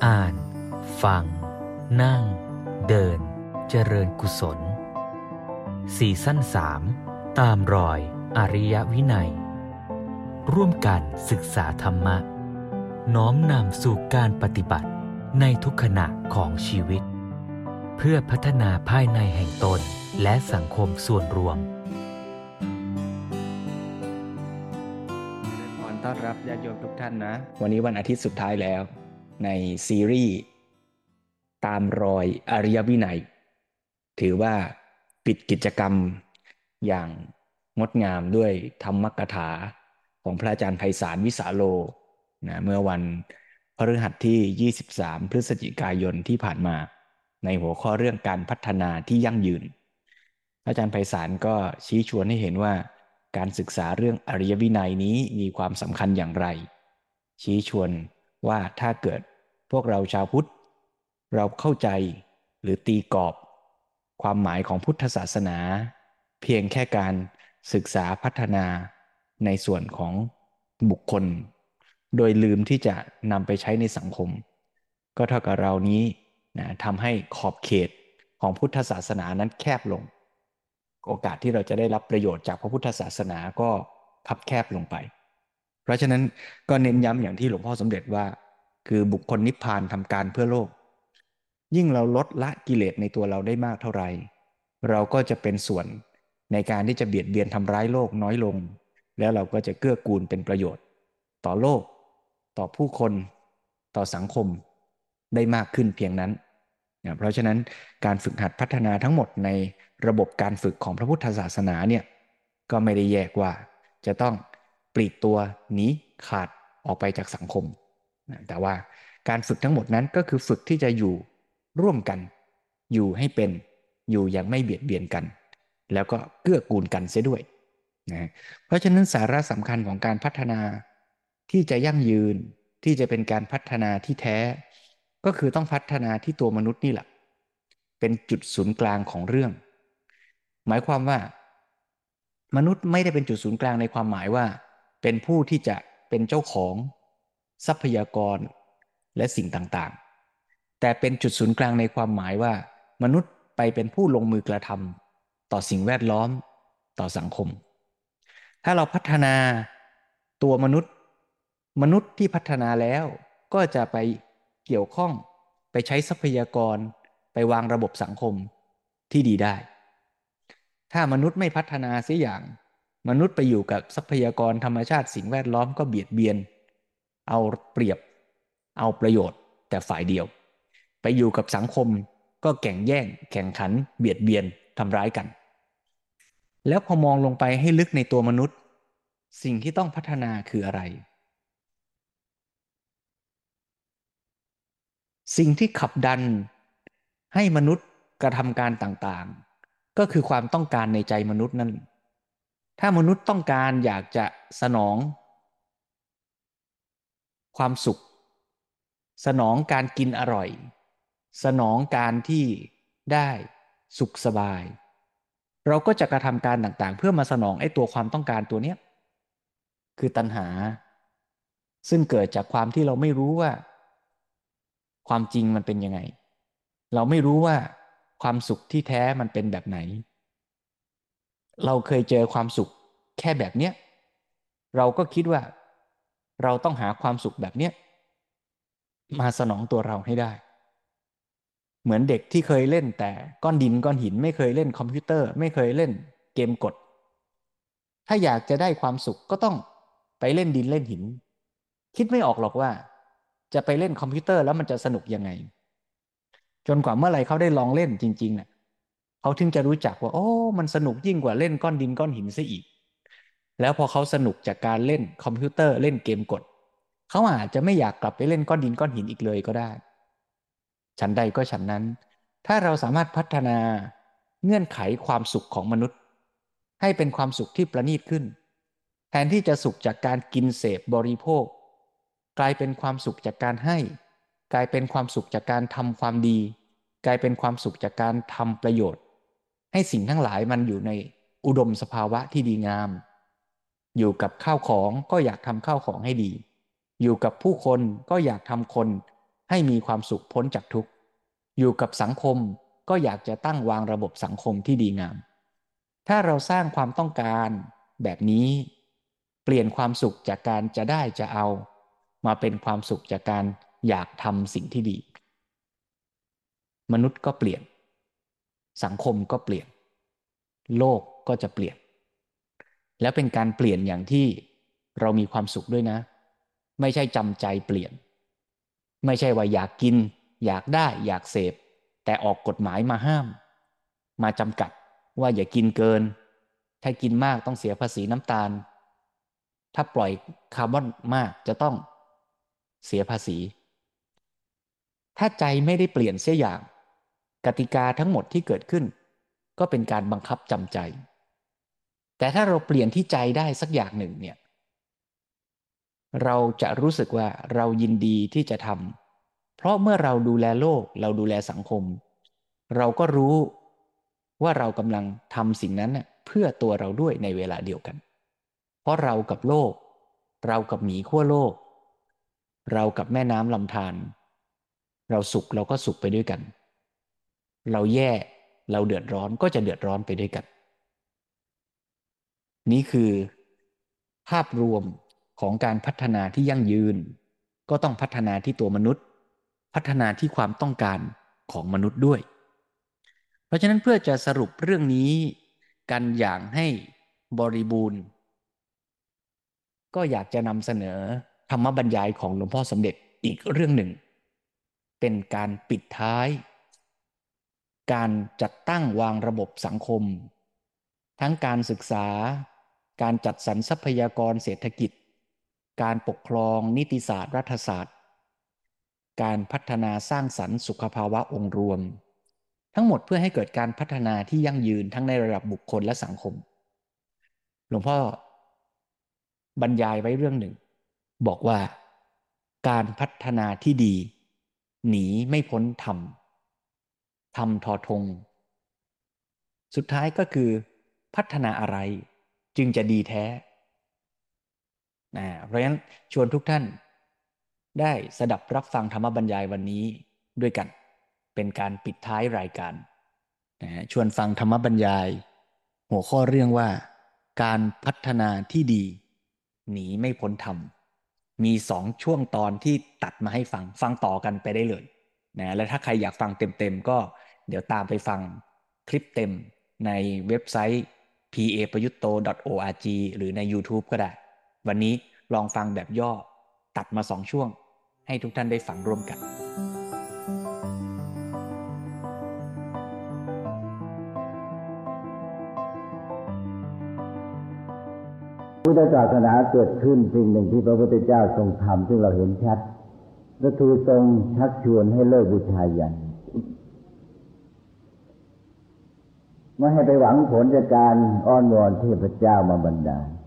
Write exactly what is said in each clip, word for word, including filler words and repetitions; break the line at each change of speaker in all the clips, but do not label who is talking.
อ่านฟังนั่งเดินเจริญกุศลซีซั่นสามตามรอยอริยวินัยร่วมกันศึกษาธรรมะน้อมนำสู่การปฏิบัติในทุกขณะของชีวิตเพื่อพัฒนาภายในแห่งตนและสังคมส่วนรวม
ขอต้อนรับญาติโยมทุกท่านนะวันนี้วันอาทิตย์สุดท้ายแล้วในซีรีส์ตามรอยอริยวินัยถือว่าปิดกิจกรรมอย่างงดงามด้วยธรรมกถาของพระอาจารย์ไพศาลวิสาโลนะเมื่อวันพฤหัสที่ยี่สิบสามพฤศจิกายนที่ผ่านมาในหัวข้อเรื่องการพัฒนาที่ยั่งยืนอาจารย์ไพศาลก็ชี้ชวนให้เห็นว่าการศึกษาเรื่องอริยวินัยนี้มีความสำคัญอย่างไรชี้ชวนว่าถ้าเกิดพวกเราชาวพุทธเราเข้าใจหรือตีกรอบความหมายของพุทธศาสนาเพียงแค่การศึกษาพัฒนาในส่วนของบุคคลโดยลืมที่จะนำไปใช้ในสังคมก็เท่ากับเรานี้นะทำให้ขอบเขตของพุทธศาสนานั้นแคบลงโอกาสที่เราจะได้รับประโยชน์จากพระพุทธศาสนาก็คับแคบลงไปเพราะฉะนั้นก็เน้นย้ำอย่างที่หลวงพ่อสมเด็จว่าคือบุคคลนิพพานทำการเพื่อโลกยิ่งเราลดละกิเลสในตัวเราได้มากเท่าไหร่เราก็จะเป็นส่วนในการที่จะเบียดเบียนทำร้ายโลกน้อยลงแล้วเราก็จะเกื้อกูลเป็นประโยชน์ต่อโลกต่อผู้คนต่อสังคมได้มากขึ้นเพียงนั้นนะเพราะฉะนั้นการฝึกหัดพัฒนาทั้งหมดในระบบการฝึกของพระพุทธศาสนาเนี่ยก็ไม่ได้แยกว่าจะต้องปลีกตัวหนีขาดออกไปจากสังคมนะแต่ว่าการฝึกทั้งหมดนั้นก็คือฝึกที่จะอยู่ร่วมกันอยู่ให้เป็นอยู่อย่างไม่เบียดเบียนกันแล้วก็เกื้อกูลกันเสียด้วยนะเพราะฉะนั้นสาระสำคัญของการพัฒนาที่จะยั่งยืนที่จะเป็นการพัฒนาที่แท้ก็คือต้องพัฒนาที่ตัวมนุษย์นี่แหละเป็นจุดศูนย์กลางของเรื่องหมายความว่ามนุษย์ไม่ได้เป็นจุดศูนย์กลางในความหมายว่าเป็นผู้ที่จะเป็นเจ้าของทรัพยากรและสิ่งต่างๆแต่เป็นจุดศูนย์กลางในความหมายว่ามนุษย์ไปเป็นผู้ลงมือกระทำต่อสิ่งแวดล้อมต่อสังคมถ้าเราพัฒนาตัวมนุษย์มนุษย์ที่พัฒนาแล้วก็จะไปเกี่ยวข้องไปใช้ทรัพยากรไปวางระบบสังคมที่ดีได้ถ้ามนุษย์ไม่พัฒนาเสียอย่างมนุษย์ไปอยู่กับทรัพยากรธรรมชาติสิ่งแวดล้อมก็เบียดเบียนเอาเปรียบเอาประโยชน์แต่ฝ่ายเดียวไปอยู่กับสังคมก็แข่งแย่งแข่งขันเบียดเบียนทำร้ายกันแล้วพอมองลงไปให้ลึกในตัวมนุษย์สิ่งที่ต้องพัฒนาคืออะไรสิ่งที่ขับดันให้มนุษย์กระทำการต่างๆก็คือความต้องการในใจมนุษย์นั่นถ้ามนุษย์ต้องการอยากจะสนองความสุขสนองการกินอร่อยสนองการที่ได้สุขสบายเราก็จะกระทำการต่างๆเพื่อมาสนองไอ้ตัวความต้องการตัวเนี้ยคือตัณหาซึ่งเกิดจากความที่เราไม่รู้ว่าความจริงมันเป็นยังไงเราไม่รู้ว่าความสุขที่แท้มันเป็นแบบไหนเราเคยเจอความสุขแค่แบบเนี้ยเราก็คิดว่าเราต้องหาความสุขแบบเนี้ยมาสนองตัวเราให้ได้เหมือนเด็กที่เคยเล่นแต่ก้อนดินก้อนหินไม่เคยเล่นคอมพิวเตอร์ไม่เคยเล่นเกมกดถ้าอยากจะได้ความสุขก็ต้องไปเล่นดินเล่นหินคิดไม่ออกหรอกว่าจะไปเล่นคอมพิวเตอร์แล้วมันจะสนุกยังไงจนกว่าเมื่อไหร่เขาได้ลองเล่นจริงๆน่ะเขาถึงจะรู้จักว่าโอ้มันสนุกยิ่งกว่าเล่นก้อนดินก้อนหินซะอีกแล้วพอเขาสนุกจากการเล่นคอมพิวเตอร์เล่นเกมกดเขาอาจจะไม่อยากกลับไปเล่นก้อนดินก้อนหินอีกเลยก็ได้ฉันใดก็ฉันนั้นถ้าเราสามารถพัฒนาเงื่อนไขความสุขของมนุษย์ให้เป็นความสุขที่ประณีตขึ้นแทนที่จะสุขจากการกินเสพบริโภคกลายเป็นความสุขจากการให้กลายเป็นความสุขจากการทำความดีกลายเป็นความสุขจากการทำประโยชน์ให้สิ่งทั้งหลายมันอยู่ในอุดมสภาวะที่ดีงามอยู่กับข้าวของก็อยากทำข้าวของให้ดีอยู่กับผู้คนก็อยากทำคนให้มีความสุขพ้นจากทุกข์อยู่กับสังคมก็อยากจะตั้งวางระบบสังคมที่ดีงามถ้าเราสร้างความต้องการแบบนี้เปลี่ยนความสุขจากการจะได้จะเอามาเป็นความสุขจากการอยากทำสิ่งที่ดีมนุษย์ก็เปลี่ยนสังคมก็เปลี่ยนโลกก็จะเปลี่ยนแล้วเป็นการเปลี่ยนอย่างที่เรามีความสุขด้วยนะไม่ใช่จำใจเปลี่ยนไม่ใช่ว่าอยากกินอยากได้อยากเสพแต่ออกกฎหมายมาห้ามมาจำกัดว่าอย่ากินเกินถ้ากินมากต้องเสียภาษีน้ำตาลถ้าปล่อยคาร์บอนมากจะต้องเสียภาษีถ้าใจไม่ได้เปลี่ยนเสียอย่างกติกาทั้งหมดที่เกิดขึ้นก็เป็นการบังคับจำใจแต่ถ้าเราเปลี่ยนที่ใจได้สักอย่างหนึ่งเนี่ยเราจะรู้สึกว่าเรายินดีที่จะทำเพราะเมื่อเราดูแลโลกเราดูแลสังคมเราก็รู้ว่าเรากำลังทำสิ่งนั้นเพื่อตัวเราด้วยในเวลาเดียวกันเพราะเรากับโลกเรากับหมีขั้วโลกเรากับแม่น้ำลำธารเราสุขเราก็สุขไปด้วยกันเราแย่เราเดือดร้อนก็จะเดือดร้อนไปด้วยกันนี่คือภาพรวมของการพัฒนาที่ยั่งยืนก็ต้องพัฒนาที่ตัวมนุษย์พัฒนาที่ความต้องการของมนุษย์ด้วยเพราะฉะนั้นเพื่อจะสรุปเรื่องนี้กันอย่างให้บริบูรณ์ก็อยากจะนำเสนอธรรมบรรยายของหลวงพ่อสมเด็จอีกเรื่องหนึ่งเป็นการปิดท้ายการจัดตั้งวางระบบสังคมทั้งการศึกษาการจัดสรรทรัพยากรเศรษฐกิจการปกครองนิติศาสตร์รัฐศาสตร์การพัฒนาสร้างสรรค์สุขภาวะองค์รวมทั้งหมดเพื่อให้เกิดการพัฒนาที่ยั่งยืนทั้งในระดับบุคคลและสังคมหลวงพ่อบรรยายไว้เรื่องหนึ่งบอกว่าการพัฒนาที่ดีหนีไม่พ้นธรรมธรรมทอทงสุดท้ายก็คือพัฒนาอะไรจึงจะดีแท้นะเพราะฉะนั้นชวนทุกท่านได้สดับรับฟังธรรมบรรยายวันนี้ด้วยกันเป็นการปิดท้ายรายการนะชวนฟังธรรมบรรยายหัวข้อเรื่องว่าการพัฒนาที่ดีหนีไม่พ้นธรรมมีสองช่วงตอนที่ตัดมาให้ฟังฟังต่อกันไปได้เลยนะและถ้าใครอยากฟังเต็มๆก็เดี๋ยวตามไปฟังคลิปเต็มในเว็บไซต์ พี เอ ประยุตโต ดอท โอ อาร์ จี หรือใน YouTube ก็ได้วันนี้ลองฟังแบบย่อตัดมาสองช่วงให้ทุกท่านได้ฟังร่วมกัน
พุทธศาสนาเกิดขึ้นสิ่งหนึ่งที่พระพุทธเจ้าทรงทำซึ่งเราเห็นชัดก็คือทรงชักชวนให้เลิกบูชายันไม่ให้ไปหวังผลจากการอ้อนวอนเทพเจ้ามาบันดาล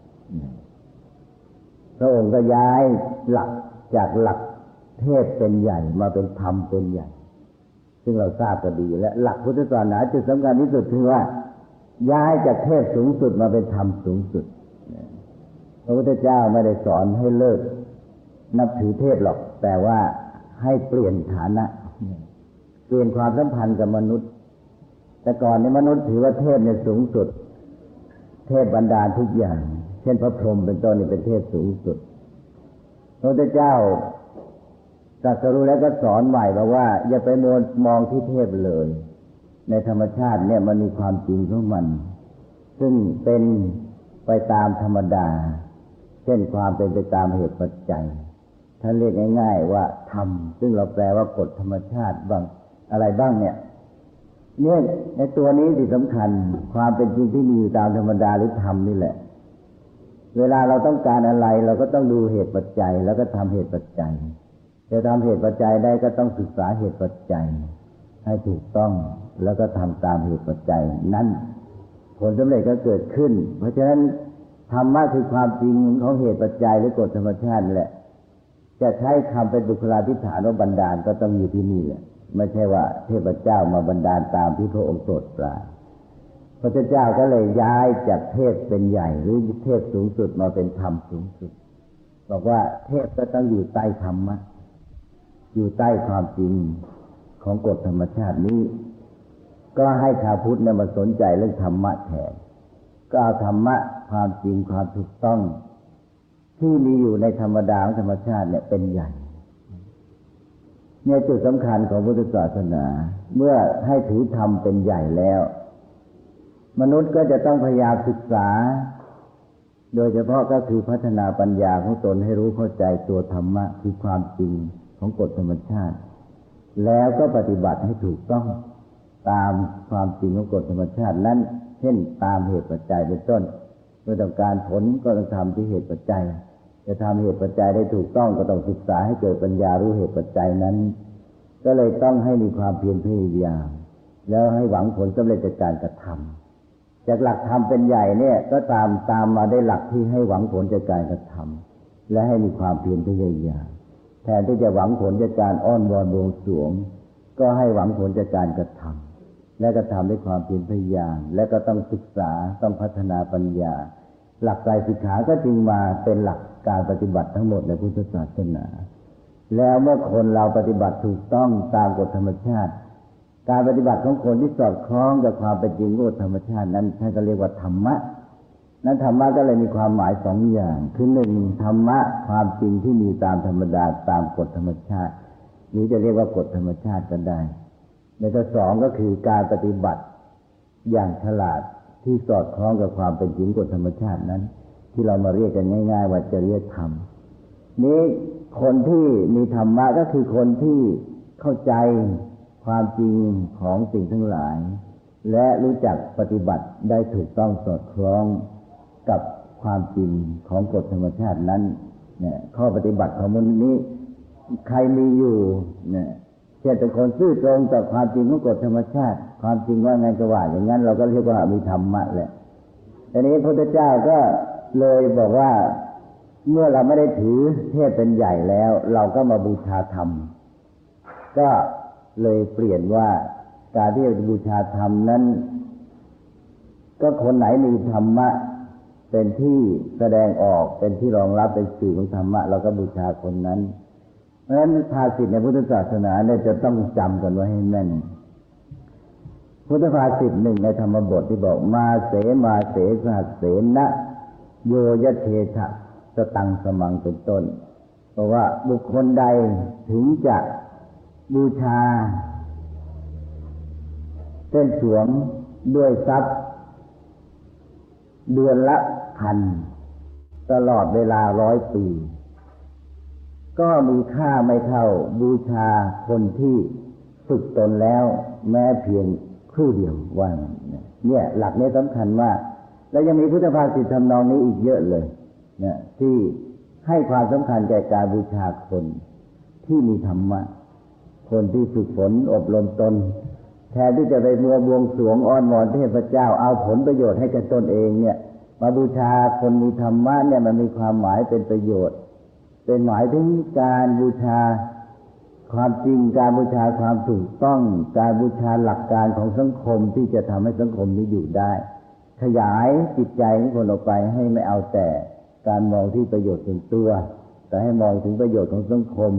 พระองค์ก็ย้ายหลักจากหลักเทพเป็นใหญ่มาเป็นธรรมเป็นใหญ่ซึ่งเราทราบกันดีและหลักพุทธศาสนาจุดสำคัญที่สุดคือว่าย้ายจากเทพสูงสุดมาเป็นธรรมสูงสุดพระพุทธเจ้าไม่ได้สอนให้เลิกนับถือเทพหรอกแต่ว่าให้เปลี่ยนฐานะเปลี่ยนความสัมพันธ์กับมนุษย์แต่ก่อนในมนุษย์ถือว่าเทพเนี่ยสูงสุดเทพบันดาลทุกอย่างเช่นพระพรหมเป็นต้นนี่เป็นเทพสูงสุดพระพุทธเจ้าตรัสรู้แล้วก็สอนใหม่บอกว่าอย่าไปมองมองที่เทพเลยในธรรมชาติเนี่ยมันมีความจริงของมันซึ่งเป็นไปตามธรรมดาเช่นความเป็นไปตามเหตุปัจจัยท่านเรียกง่ายๆว่าธรรมซึ่งเราแปลว่ากฎธรรมชาติบ้างอะไรบ้างเนี่ยเนี่ยในตัวนี้ที่สำคัญความเป็นจริงที่มีอยู่ตามธรรมดาหรือธรรมนี่แหละเวลาเราต้องการอะไรเราก็ต้องดูเหตุปัจจัยแล้วก็ทำเหตุปัจจัยจะทำเหตุปัจจัยได้ก็ต้องศึกษาเหตุปัจจัยให้ถูกต้องแล้วก็ทำตามเหตุปัจจัยนั้นผลสำเร็จก็เกิดขึ้นเพราะฉะนั้นธรรมะคือความจริงของเหตุปัจจัยหรือกฎธรรมชาติแหละจะใช้คำเป็นบุคลาธิฐานว่าบันดาลก็ต้องอยู่ที่นี่แหละไม่ใช่ว่าเทพเจ้ามาบันดาลตามที่พระองค์โปรดปรานพระเจ้าก็เลยย้ายจากเทพเป็นใหญ่หรือเทพสูงสุดมาเป็นธรรมสูงสุดบอกว่าเทพก็ต้องอยู่ใต้ธรรมะอยู่ใต้ความจริงของกฎธรรมชาตินี้ก็ให้ชาวพุทธเนี่ยมาสนใจเรื่องธรรมะแทนก็เอาธรรมะความจริงความถูกต้องที่มีอยู่ในธรรมดาของธรรมชาติเนี่ยเป็นใหญ่เนี่ยจุดสำคัญของพุทธศาสนาเมื่อให้ถือธรรมเป็นใหญ่แล้วมนุษย์ก็จะต้องพยายามศึกษาโดยเฉพาะก็คือพัฒนาปัญญาของตนให้รู้เข้าใจตัวธรรมะคือความจริงของกฎธรรมชาติแล้วก็ปฏิบัติให้ถูกต้องตามความจริงของกฎธรรมชาตินั้นเช่นตามเหตุปัจจัยเป็นต้นเมื่อต้องการผลก็ต้องทำที่เหตุปัจจัยจะทำเหตุปัจจัยได้ถูกต้องก็ต้องศึกษาให้เกิดปัญญารู้เหตุปัจจัยนั้นก็เลยต้องให้มีความเพียรพยายามแล้วให้หวังผลสำเร็จจากการกระทำจากหลักธรรมเป็นใหญ่เนี่ยก็ตามตามมาได้หลักที่ให้หวังผลจากการกระทำและให้มีความเพียรพยายามแทนที่จะหวังผลจากการอ้อนวอนบวงสรวงก็ให้หวังผลจากการกระทำและกระทำด้วยความเพียรพยายามและก็ต้องศึกษาต้องพัฒนาปัญญาหลักไตรสิกขาก็จึงมาเป็นหลักการปฏิบัติทั้งหมดในพุทธศาสนาแล้วเมื่อคนเราปฏิบัติถูกต้องตามกฎธรรมชาติการปฏิบัติของคนที่สอดคล้องกับความเป็นจริงของกฎธรรมชาตินั้นท่านก็เรียกว่าธรรมะนั้นธรรมะก็เลยมีความหมายสองอย่างคือหนึ่งธรรมะความจริงที่มีตามธรรมดาตามกฎธรรมชาติหรือจะเรียกว่ากฎธรรมชาติก็ได้และก็สองก็คือการปฏิบัติอย่างฉลาดที่สอดคล้องกับความเป็นจริงกฎธรรมชาตินั้นที่เรามาเรียกกันง่ายๆว่าจริยธรรมนี้คนที่มีธรรมะก็คือคนที่เข้าใจความจริงของสิ่งทั้งหลายและรู้จักปฏิบัติได้ถูกต้องสอดคล้องกับความจริงของกฎธรรมชาตินั้นเนี่ยข้อปฏิบัติของมนุษย์นี้ใครมีอยู่เนี่ยเช่นเป็นคนซื่อตรงต่อความจริงของกฎธรรมชาติความจริงว่าไงก็ว่าอย่างนั้นเราก็เรียกว่ามีธรรมะแหละทีนี้พระพุทธเจ้าก็เลยบอกว่าเมื่อเราไม่ได้ถือเทศเป็นใหญ่แล้วเราก็มาบูชาธรรมก็เลยเปลี่ยนว่าการที่จะบูชาธรรมนั้นก็คนไหนมีธรรมะเป็นที่แสดงออกเป็นที่รองรับเป็นสื่อของธรรมะเราก็บูชาคนนั้นเพราะฉะนั้นภาษิตในพุทธศาสนาเนี่ยจะต้องจำกันไว้ให้แม่นพุทธภาษิตหนึ่งในธรรมบทที่บอกมาเสมาเสสหัสเสนะโยยะเทถะสตังสมังเป็นต้นเพราะว่าบุคคลใดถึงจะบูชาเส้นสวงด้วยทรัพย์เดือนละพันตลอดเวลาร้อยปีก็มีค่าไม่เท่าบูชาคนที่ฝึกตนแล้วแม้เพียงครู่เดียวว่าเนี่ยหลักนี้สำคัญมากแล้วยังมีพุทธภาษิตทำนองนี้อีกเยอะเลยนะที่ให้ความสำคัญแก่การบูชาคนที่มีธรรมะคนที่ฝึกฝนอบรมตนแทนที่จะไปมัวบวงสรวงอ้อนวอนเทพเจ้าเอาผลประโยชน์ให้กับตนเองเนี่ยมาบูชาคนมีธรรมะเนี่ยมันมีความหมายเป็นประโยชน์เป็นหมายถึงการบูชาความจริงการบูชาความถูกต้องการบูชาหลักการของสังคมที่จะทำให้สังคมนี้อยู่ได้ขยายจิตใจของคนออกไปให้ไม่เอาแต่การมองที่ประโยชน์ส่วนตัวแต่ให้มองถึงประโยชน์ของสังคม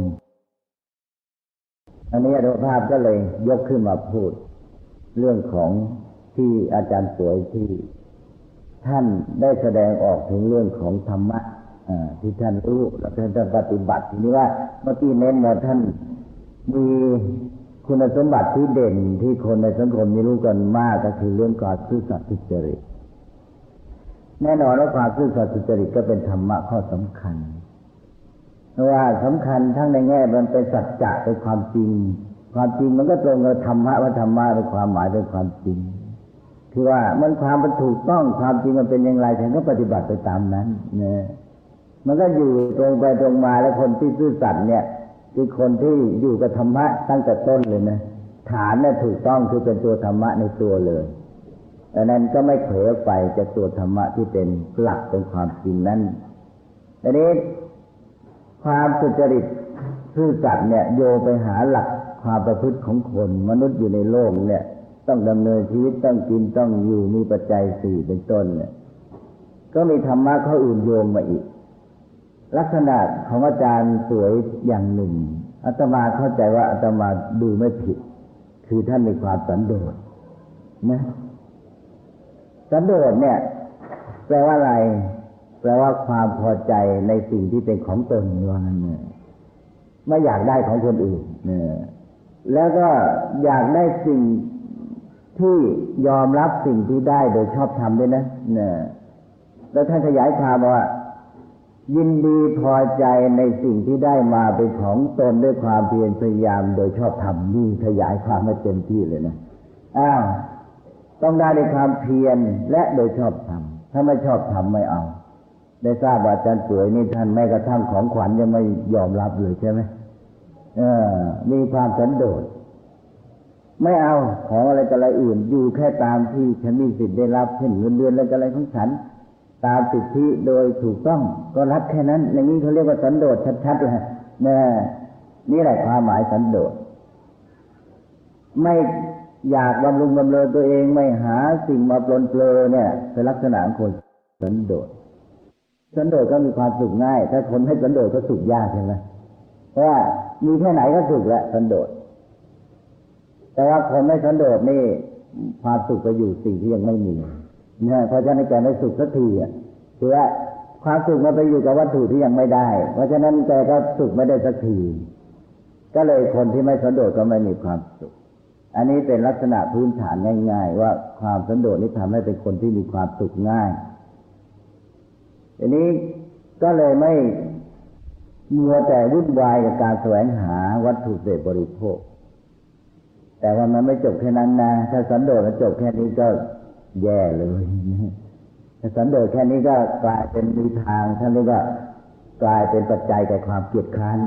อันนี้อาจารย์ภาพก็เลยยกขึ้นมาพูดเรื่องของที่อาจารย์สวยที่ท่านได้แสดงออกถึงเรื่องของธรรมะที่ท่านรู้และท่านปฏิบัติทีนี้ว่าเมื่อกี้เน้นว่าท่านมีคุณสมบัติที่เด่นที่คนในสังคมนี้รู้กันมากก็คือเรื่องความซื่อสัตย์สุจริตแน่นอนว่าความซื่อสัตย์สุจริตก็เป็นธรรมะข้อสำคัญเพราะว่าสำคัญทั้งในแง่มันเป็นสัจจะเป็นความจริงความจริงมันก็ตรงกับธรรมะว่าธรรมะเป็นความหมายเป็นความจริงคือว่ามันความมันถูกต้องความจริงมันเป็นอย่างไรฉันก็ปฏิบัติไปตามนั้นเนี่ยมันก็อยู่ตรงไปตรงมาแล้วคนที่ซื่อสัตย์เนี่ยคือคนที่อยู่กับธรรมะตั้งแต่ต้นเลยนะฐานเนี่ยถูกต้องคือเป็นตัวธรรมะในตัวเลยดังนั้นก็ไม่เผลอไปจากตัวธรรมะที่เป็นหลักเป็นความจริงนั้นทีนี้ความสุจริตซื่อสัตย์เนี่ยโยงไปหาหลักความประพฤติของคนมนุษย์อยู่ในโลกเนี่ยต้องดำเนินชีวิตต้องกินต้องอยู่มีปัจจัยสี่เป็นต้นเนี่ยก็มีธรรมะข้ออื่นโยงมาอีกลักษณะของอาจารย์สวยอย่างหนึ่งอาตมาเข้าใจว่าอาตมาดูไม่ผิดคือท่านมีความสันโดษนะสันโดษเนี่ยแปลว่าอะไรแปลว่าความพอใจในสิ่งที่เป็นของตนว่างั้นเนี่ยไม่อยากได้ของคนอื่นเนี่ยแล้วก็อยากได้สิ่งที่ยอมรับสิ่งที่ได้โดยชอบธรรมด้วยนะเนี่ยแล้วท่านขยายความว่ายินดีพอใจในสิ่งที่ได้มาเป็นของตนด้วยความเพียรพยายามโดยชอบธรรมนี่ขยายความให้เต็มที่เลยนะอ้าวต้องได้ด้วยความเพียรและโดยชอบธรรมถ้าไม่ชอบธรรมไม่เอาได้ทราบว่าอาจารย์สวยนี่ท่านแม้กระทั่งของขวัญยังไม่ยอมรับเลยใช่ไหมเออมีความสันโดษไม่เอาของอะไรกับอะไรอื่นอยู่แค่ตามที่ฉันมีสิทธิ์ได้รับเช่นเงินเดือนอะไรกับอะไรของฉันตามสิทธิโดยถูกต้องก็รับแค่นั้นอย่างนี้เขาเรียกว่าสันโดษชัดๆเลยนะนี่แหละความหมายสันโดษไม่อยากบำรุงบำเรอตัวเองไม่หาสิ่งมาปลนเปลือเนี่ยเป็นลักษณะของคนสันโดษสันโดษก็มีความสุขง่ายถ้าคนไม่สันโดษก็สุขยากใช่ไหมเพราะว่ามีแค่ไหนก็สุขแล้วสันโดษแต่ว่าคนไม่สันโดษนี่ความสุขก็อยู่สิ่งที่ยังไม่มีเนี่ยเพราะฉะนั้นแกไม่สุขสักทีอ่ะคือว่าความสุขมันไปอยู่กับวัตถุที่ยังไม่ได้เพราะฉะนั้นแกก็สุขไม่ได้สักทีก็เลยคนที่ไม่สันโดษก็ไม่มีความสุขอันนี้เป็นลักษณะพื้นฐานง่ายๆว่าความสันโดษนี่ทำให้เป็นคนที่มีความสุขง่ายทีนี้ก็เลยไม่มัวแต่วุ่นวายกับการแสวงหาวัตถุเสพบริโภคแต่ว่ามันไม่จบแค่นั้นนะถ้าสันโดษมันจบแค่นี้ก็แย่เลยถ้าสันโดษแค่นี้ก็กลายเป็นมีทางท่านเรียกว่ากลายเป็นปัจจัยแก่ความเกลียดคร้าน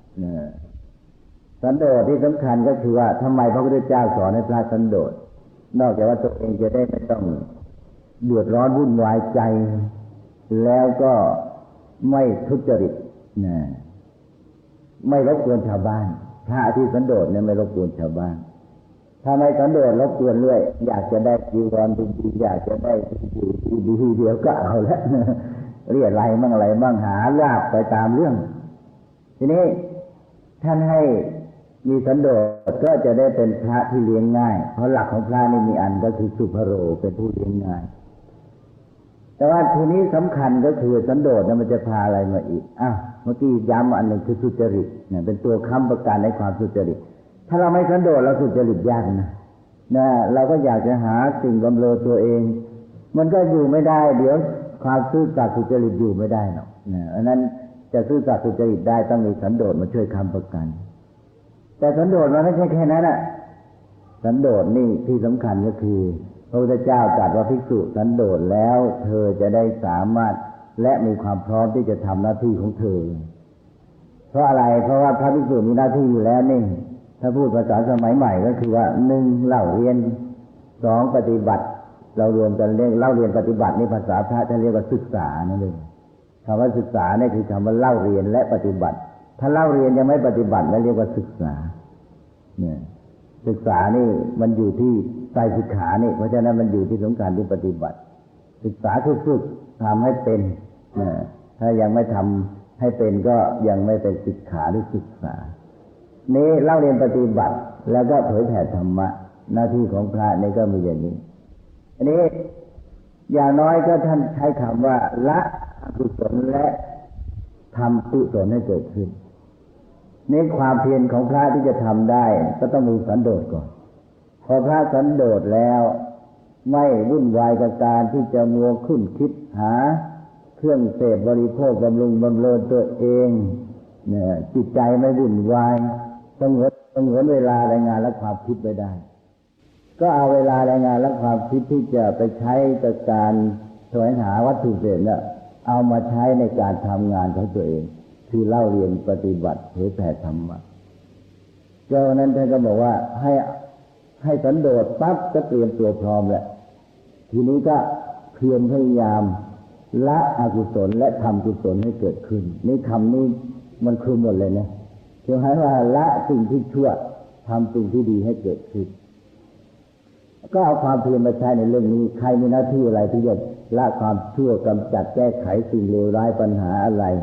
สันโดษที่สำคัญก็คือว่าทำไมพระพุทธเจ้าสอนให้พระสันโดษนอกจากว่าตัวเองจะได้ไม่ต้องเดือดร้อนวุ่นวายใจแล้วก็ไม่ทุจริตนะไม่รบกวนชาวบ้านพระที่สันโดษเนี่ยไม่รบกวนชาวบ้านถ้าไม่สันโดษรบกวนเรื่อยอยากจะได้จีวรดีๆอยากจะได้ดีดีเดียวก็เอาแล้วเรียกอะไรมั่งอะไรมั่งหาลาบไปตามเรื่องทีนี้ท่านให้มีสันโดษก็จะได้เป็นพระที่เลี้ยงง่ายเพราะหลักของพระนี่มีอันก็คือสุภโรเป็นผู้เลี้ยงง่ายแต่ว่าทีนี้สำคัญก็คือสันโดษเนี่ยมันจะพาอะไรมาอีกอ้าวเมื่อกี้ย้ำอันหนึ่งคือสุจริตเนี่ยเป็นตัวค้ำประกันในความสุจริตถ้าเราไม่สันโดษเราสุจริตยากนะนะเราก็อยากจะหาสิ่งบำเรอตัวเองมันก็อยู่ไม่ได้เดี๋ยวความซื่อสัตย์สุจริตอยู่ไม่ได้หรอกนะเพราะนั้นจะซื่อสัตย์สุจริตได้ต้องมีสันโดษมาช่วยค้ำประกันแต่สันโดษมันไม่ใช่แค่นั้นอ่ะสันโดษนี่ที่สำคัญก็คือพระพุทธเจ้าตรัสว่าภิกษุสันโดษแล้วเธอจะได้สามารถและมีความพร้อมที่จะทำหน้าที่ของเธอเพราะอะไรเพราะว่าพระภิกษุมีหน้าที่อยู่แล้วนี่ถ้าพูดภาษาสมัยใหม่ก็คือว่าหนึ่งเล่าเรียนสองปฏิบัติเรารวมกันเรียกเล่าเรียนปฏิบัตินี่ภาษาพระท่านเรียกว่าศึกษานั่นเองคำว่าศึกษาเนี่ยคือคำว่าเล่าเรียนและปฏิบัติถ้าเล่าเรียนยังไม่ปฏิบัตินั่นเรียกว่าศึกษาเนี่ยศึกษานี่มันอยู่ที่ใจศึกษานี่เพราะฉะนั้นมันอยู่ที่สำคัญที่ปฏิบัติศึกษาทุกฝึกทำให้เป็นถ้ายังไม่ทำให้เป็นก็ยังไม่เป็นศึกษาหรือศึกษานี้เล่าเรียนปฏิบัติแล้วก็เผยแผ่ธรรมะหน้าที่ของพระนี่ก็มีอย่างนี้อันนี้อย่างน้อยก็ท่านใช้คำว่าละอกุศลและทำกุศลให้เกิดขึ้นนี่ความเพียรของพระที่จะทำได้ก็ต้องมีสันโดษก่อนพอพระสันโดษแล้วไม่วุ่นวายกับการที่จะมัวคุ้นคิดหาเครื่องเสพบริโภคบำรุงบำเรอตัวเองเนี่ยจิตใจไม่วุ่นวายสงบสงวนเวลาในงานและความคิดไว้ได้ก็เอาเวลาในงานและความคิดที่จะไปใช้กับการแสวงหาวัตถุเสพเนี่ยเอามาใช้ในการทำงานของตัวเองคือเล่าเรียนปฏิบัติเผยแผ่ธรรมะเจ้านั้นท่านก็บอกว่าให้ให้สันโดษปั๊บก็เตรียมตัวพร้อมแล้วทีนี้ก็เพียรพยายามละอกุศลและทำกุศลให้เกิดขึ้นนี่คำนี้มันคลุมหมดเลยนะคือหมายว่าละสิ่งที่ชั่วทำสิ่งที่ดีให้เกิดขึ้นก็เอาความเพียรมาใช้ในเรื่องนี้ใครมีหน้าที่อะไรที่จะละความชั่วกำจัดแก้ไขสิ่งเลวร้ายปัญหาอะไร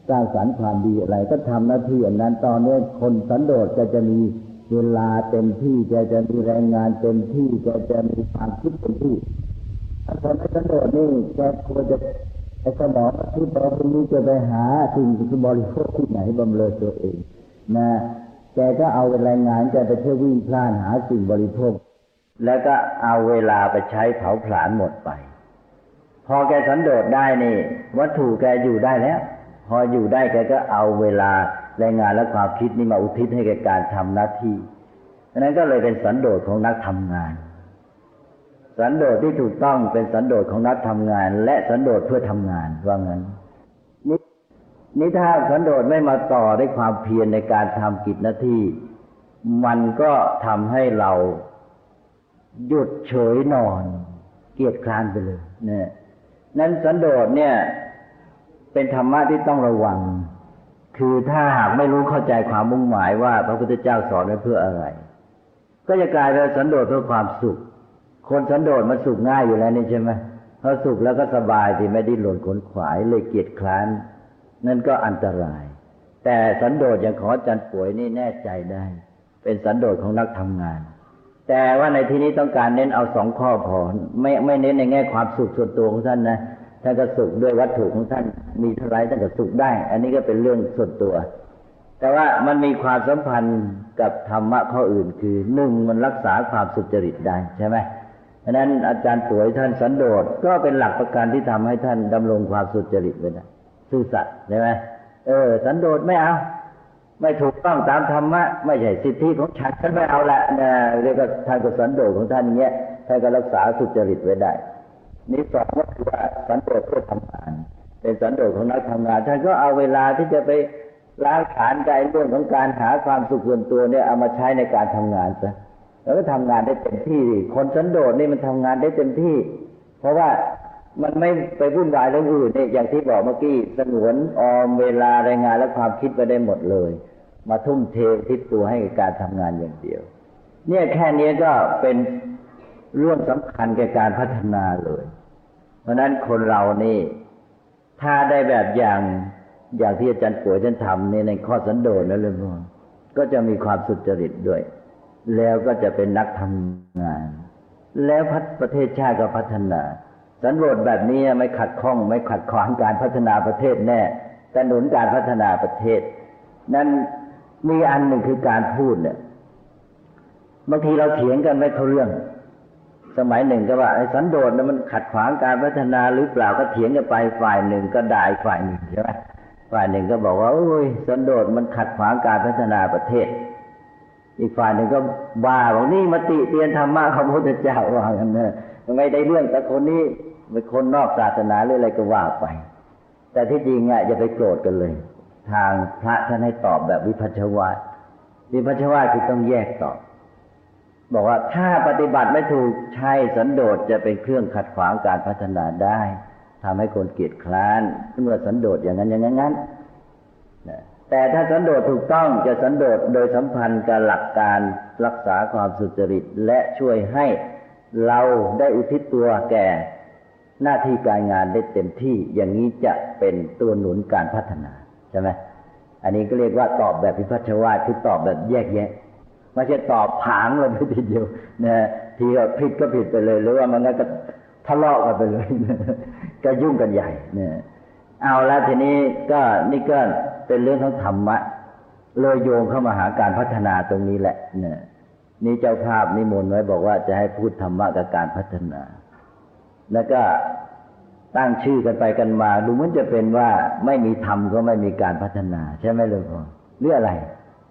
สร้างสรรค์ความดีอะไรก็ทำหน้าที่อันนั้นตอนนี้คนสันโดษก็จะมีเวลาเต็มที่จะจะมีแรงงานเต็มที่จะจะมีความคิดเต็มที่ถ้าคนไม่สันโดษนี่แกควรจะไอ้สมองที่ตอนนี้จะไปหาสิ่งที่บริโภคที่ไหนบำเรอตัวเองนะแกก็เอาแรงงานแกไปเที่ยววิ่งพล่านหาสิ่งบริโภคแล้วก็เอาเวลาไปใช้เผาผลาญหมดไปพอแกสันโดษได้นี่วัตถุแกอยู่ได้แล้วพออยู่ได้แกก็เอาเวลาแรงงานและความคิดนี่มาอุทิศให้แก่การทำหน้าที่ฉะนั้นก็เลยเป็นสันโดษของนักทำงานสันโดษที่ถูกต้องเป็นสันโดษของนักทำงานและสันโดษเพื่อทำงานว่างั้นนี่นี่ถ้าสันโดษไม่มาต่อด้วยความเพียรในการทำกิจหน้าที่มันก็ทำให้เราหยุดเฉยนอนเกียจคร้านไปเลยเนี่ยนั้นสันโดษเนี่ยเป็นธรรมะที่ต้องระวังคือถ้าหากไม่รู้เข้าใจความมุ่งหมายว่าพระพุทธเจ้าสอนไว้เพื่ออะไรก็จะกลายเป็นสันโดษเพื่อความสุขคนสันโดษมันสุขง่ายอยู่แล้วนี่ใช่ไหมพอสุขแล้วก็สบายที่ไม่ดิ้นรนขนขวายเลยเกียจคร้านนั่นก็อันตรายแต่สันโดษอย่างของอาจารย์ป่วยนี่แน่ใจได้เป็นสันโดษของนักทำงานแต่ว่าในที่นี้ต้องการเน้นเอาสองข้อพอไม่ไม่เน้นในแง่ความสุขส่วนตัวของท่านนะท่านก็สุขด้วยวัตถุของท่านมีเท่าไรท่านก็สุขได้อันนี้ก็เป็นเรื่องส่วนตัวแต่ว่ามันมีความสัมพันธ์กับธรรมะข้ออื่นคือหนึ่งมันรักษาความสุจริตได้ใช่ไหมเพราะนั้นอาจารย์ป่วยท่านสันโดษก็เป็นหลักประกันที่ทำให้ท่านดำรงความสุจริตไว้ได้ซื่อสัตย์ใช่ไหมเออสันโดษไม่เอาไม่ถูกต้องตามธรรมะไม่ใช่สิทธิของฉันฉันไม่เอาละนะเรียกว่าท่านก็สันโดษของท่านอย่างเงี้ยท่านก็รักษาสุจริตไว้ได้นี่สองก็คือว่าสันโดษเพื่อทำงานเป็นสันโดษของนักทำงานท่านก็เอาเวลาที่จะไปล้างผลาญใจเรื่องของการหาความสุขส่วนตัวเนี่ยเอามาใช้ในการทำงานซะแล้วก็ทำงานได้เต็มที่คนสันโดษนี่มันทำงานได้เต็มที่เพราะว่ามันไม่ไปวุ่นวายเรื่องอื่นเนี่ยอย่างที่บอกเมื่อกี้สงวนออมเวลาแรงงานและความคิดไปได้หมดเลยมาทุ่มเททิศตัวให้กับการทำงานอย่างเดียวเนี่ยแค่นี้ก็เป็นเรื่องสำคัญแก่การพัฒนาเลยเพราะนั้นคนเรานี่ถ้าได้แบบอย่างอย่างที่อาจารย์ป่วยท่านทำเนี่ยในข้อสันโดษนั่นเลยก็จะมีความสุจริตด้วยแล้วก็จะเป็นนักทำงานแล้วประเทศชาติก็พัฒนาสันโดษแบบนี้ไม่ขัดข้องไม่ขัดขวางการพัฒนาประเทศแน่แต่หนุนการพัฒนาประเทศนั้นมีอันหนึ่งคือการพูดเนี่ยบางทีเราเถียงกันไม่เข้าเรื่องสมัยหนึ่งก็ว่าไอ้สันโดษมันขัดขวางการพัฒนาหรือเปล่าก็เถียงกันไปฝ่ายหนึ่งก็ด่าฝ่ายหนึ่งใช่ไหมฝ่ายหนึ่งก็บอกว่าโอ้ยสันโดษมันขัดขวางการพัฒนาประเทศอีกฝ่ายหนึ่งก็บ้าบอกนี่มติเตียนธรรมะของพระพุทธเจ้าว่ากันเนี่ยไม่ได้เรื่องแต่คนนี้เป็นคนนอกศาสนาหรืออะไรก็ว่าไปแต่ที่จริงอ่ะอย่าไปโกรธกันเลยทางพระท่านให้ตอบแบบวิพัชวาทวิพัชวาทคือต้องแยกตอบบอกว่าถ้าปฏิบัติไม่ถูกใช่สันโดษจะเป็นเครื่องขัดขวางการพัฒนาได้ทำให้คนเกียจคร้านเมื่อสันโดษอย่างนั้นอย่างนั้นแต่ถ้าสันโดษถูกต้องจะสันโดษโดยสัมพันธ์กับหลักการรักษาความสุจริตและช่วยให้เราได้อุทิศตัวแก่หน้าที่การงานได้เต็มที่อย่างนี้จะเป็นตัวหนุนการพัฒนาใช่ไหมอันนี้ก็เรียกว่าตอบแบบวิพัชวาทคือตอบแบบแยกแยะไม่ใช่ตอบผางลงไปทีเดียวนะทีก็ผิดก็ผิดไปเลยหรือว่ามันก็ทะเลาะกันไปเลยก็ยุ่งกันใหญ่เนี่ยเอาแล้วทีนี้ก็นี่ก็เป็นเรื่องของธรรมะเลยโยงเข้ามาหาการพัฒนาตรงนี้แหละเนี่ยนี่เจ้าภาพนิมนต์ไว้บอกว่าจะให้พูดธรรมะกับการพัฒนาแล้วก็ตั้งชื่อกันไปกันมาดูเหมือนจะเป็นว่าไม่มีธรรมก็ไม่มีการพัฒนาใช่ไหมหลวงพ่อเรื่องอะไร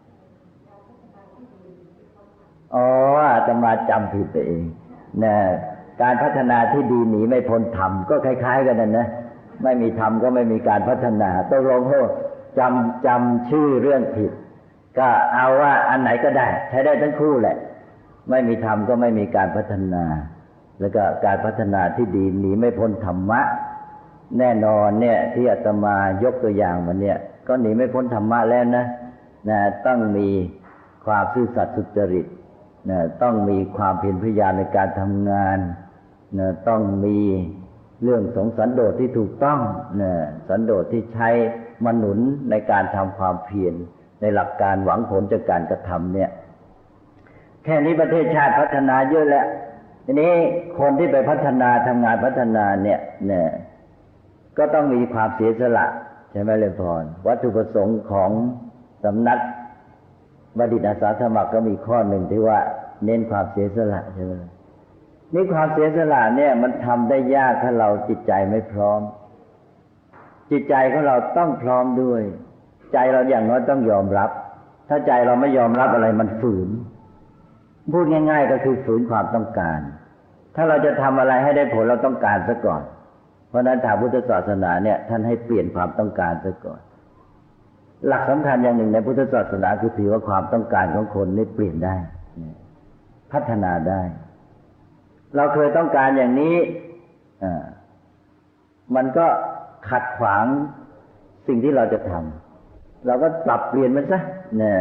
อ๋ออาตมาจำผิดไปเองนะการพัฒนาที่ดีหนีไม่พ้นธรรมก็คล้ายๆกันนั่นนะไม่มีธรรมก็ไม่มีการพัฒนาต้องลงโทษจำจำชื่อเรื่องผิดก็เอาว่าอันไหนก็ได้ใช้ได้ทั้งคู่แหละไม่มีธรรมก็ไม่มีการพัฒนาแล้วก็การพัฒนาที่ดีหนีไม่พ้นธรรมะแน่นอนเนี่ยที่อาตมายกตัวอย่างมาเนี่ยก็หนีไม่พ้นธรรมะแล้วนะนะต้องมีความซื่อสัตย์สุจริตนะต้องมีความเพียรพยายามในการทำงานนะต้องมีเรื่องของสันโดษที่ถูกต้องนะสันโดษที่ใช้มาหนุนในการทำความเพียรในหลักการหวังผลจากการกระทำเนี่ยแค่นี้ประเทศชาติพัฒนาเยอะแล้วทีนี้คนที่ไปพัฒนาทำงานพัฒนาเนี่ยเนี่ยก็ต้องมีความเสียสละใช่ไหมเลยพรวัตถุประสงค์ของสำนักบัณฑิตอาสาสมัครก็มีข้อหนึ่งที่ว่าเน้นความเสียสละใช่ไหมนี่ความเสียสละเนี่ยมันทำได้ยากถ้าเราจิตใจไม่พร้อมจิตใจของเราต้องพร้อมด้วยใจเราอย่างน้อยต้องยอมรับถ้าใจเราไม่ยอมรับอะไรมันฝืนพูดง่ายๆก็คือฝืนความต้องการถ้าเราจะทำอะไรให้ได้ผลเราต้องการซะก่อนเพราะนั้นทางพุทธศาสนาเนี่ยท่านให้เปลี่ยนความต้องการซะก่อนหลักสำคัญอย่างหนึ่งในพุทธศาสนาคือถือว่าความต้องการของคนนี่เปลี่ยนได้พัฒนาได้เราเคยต้องการอย่างนี้อ่ามันก็ขัดขวางสิ่งที่เราจะทำเราก็ปรับเปลี่ยนมันซะเนี่ย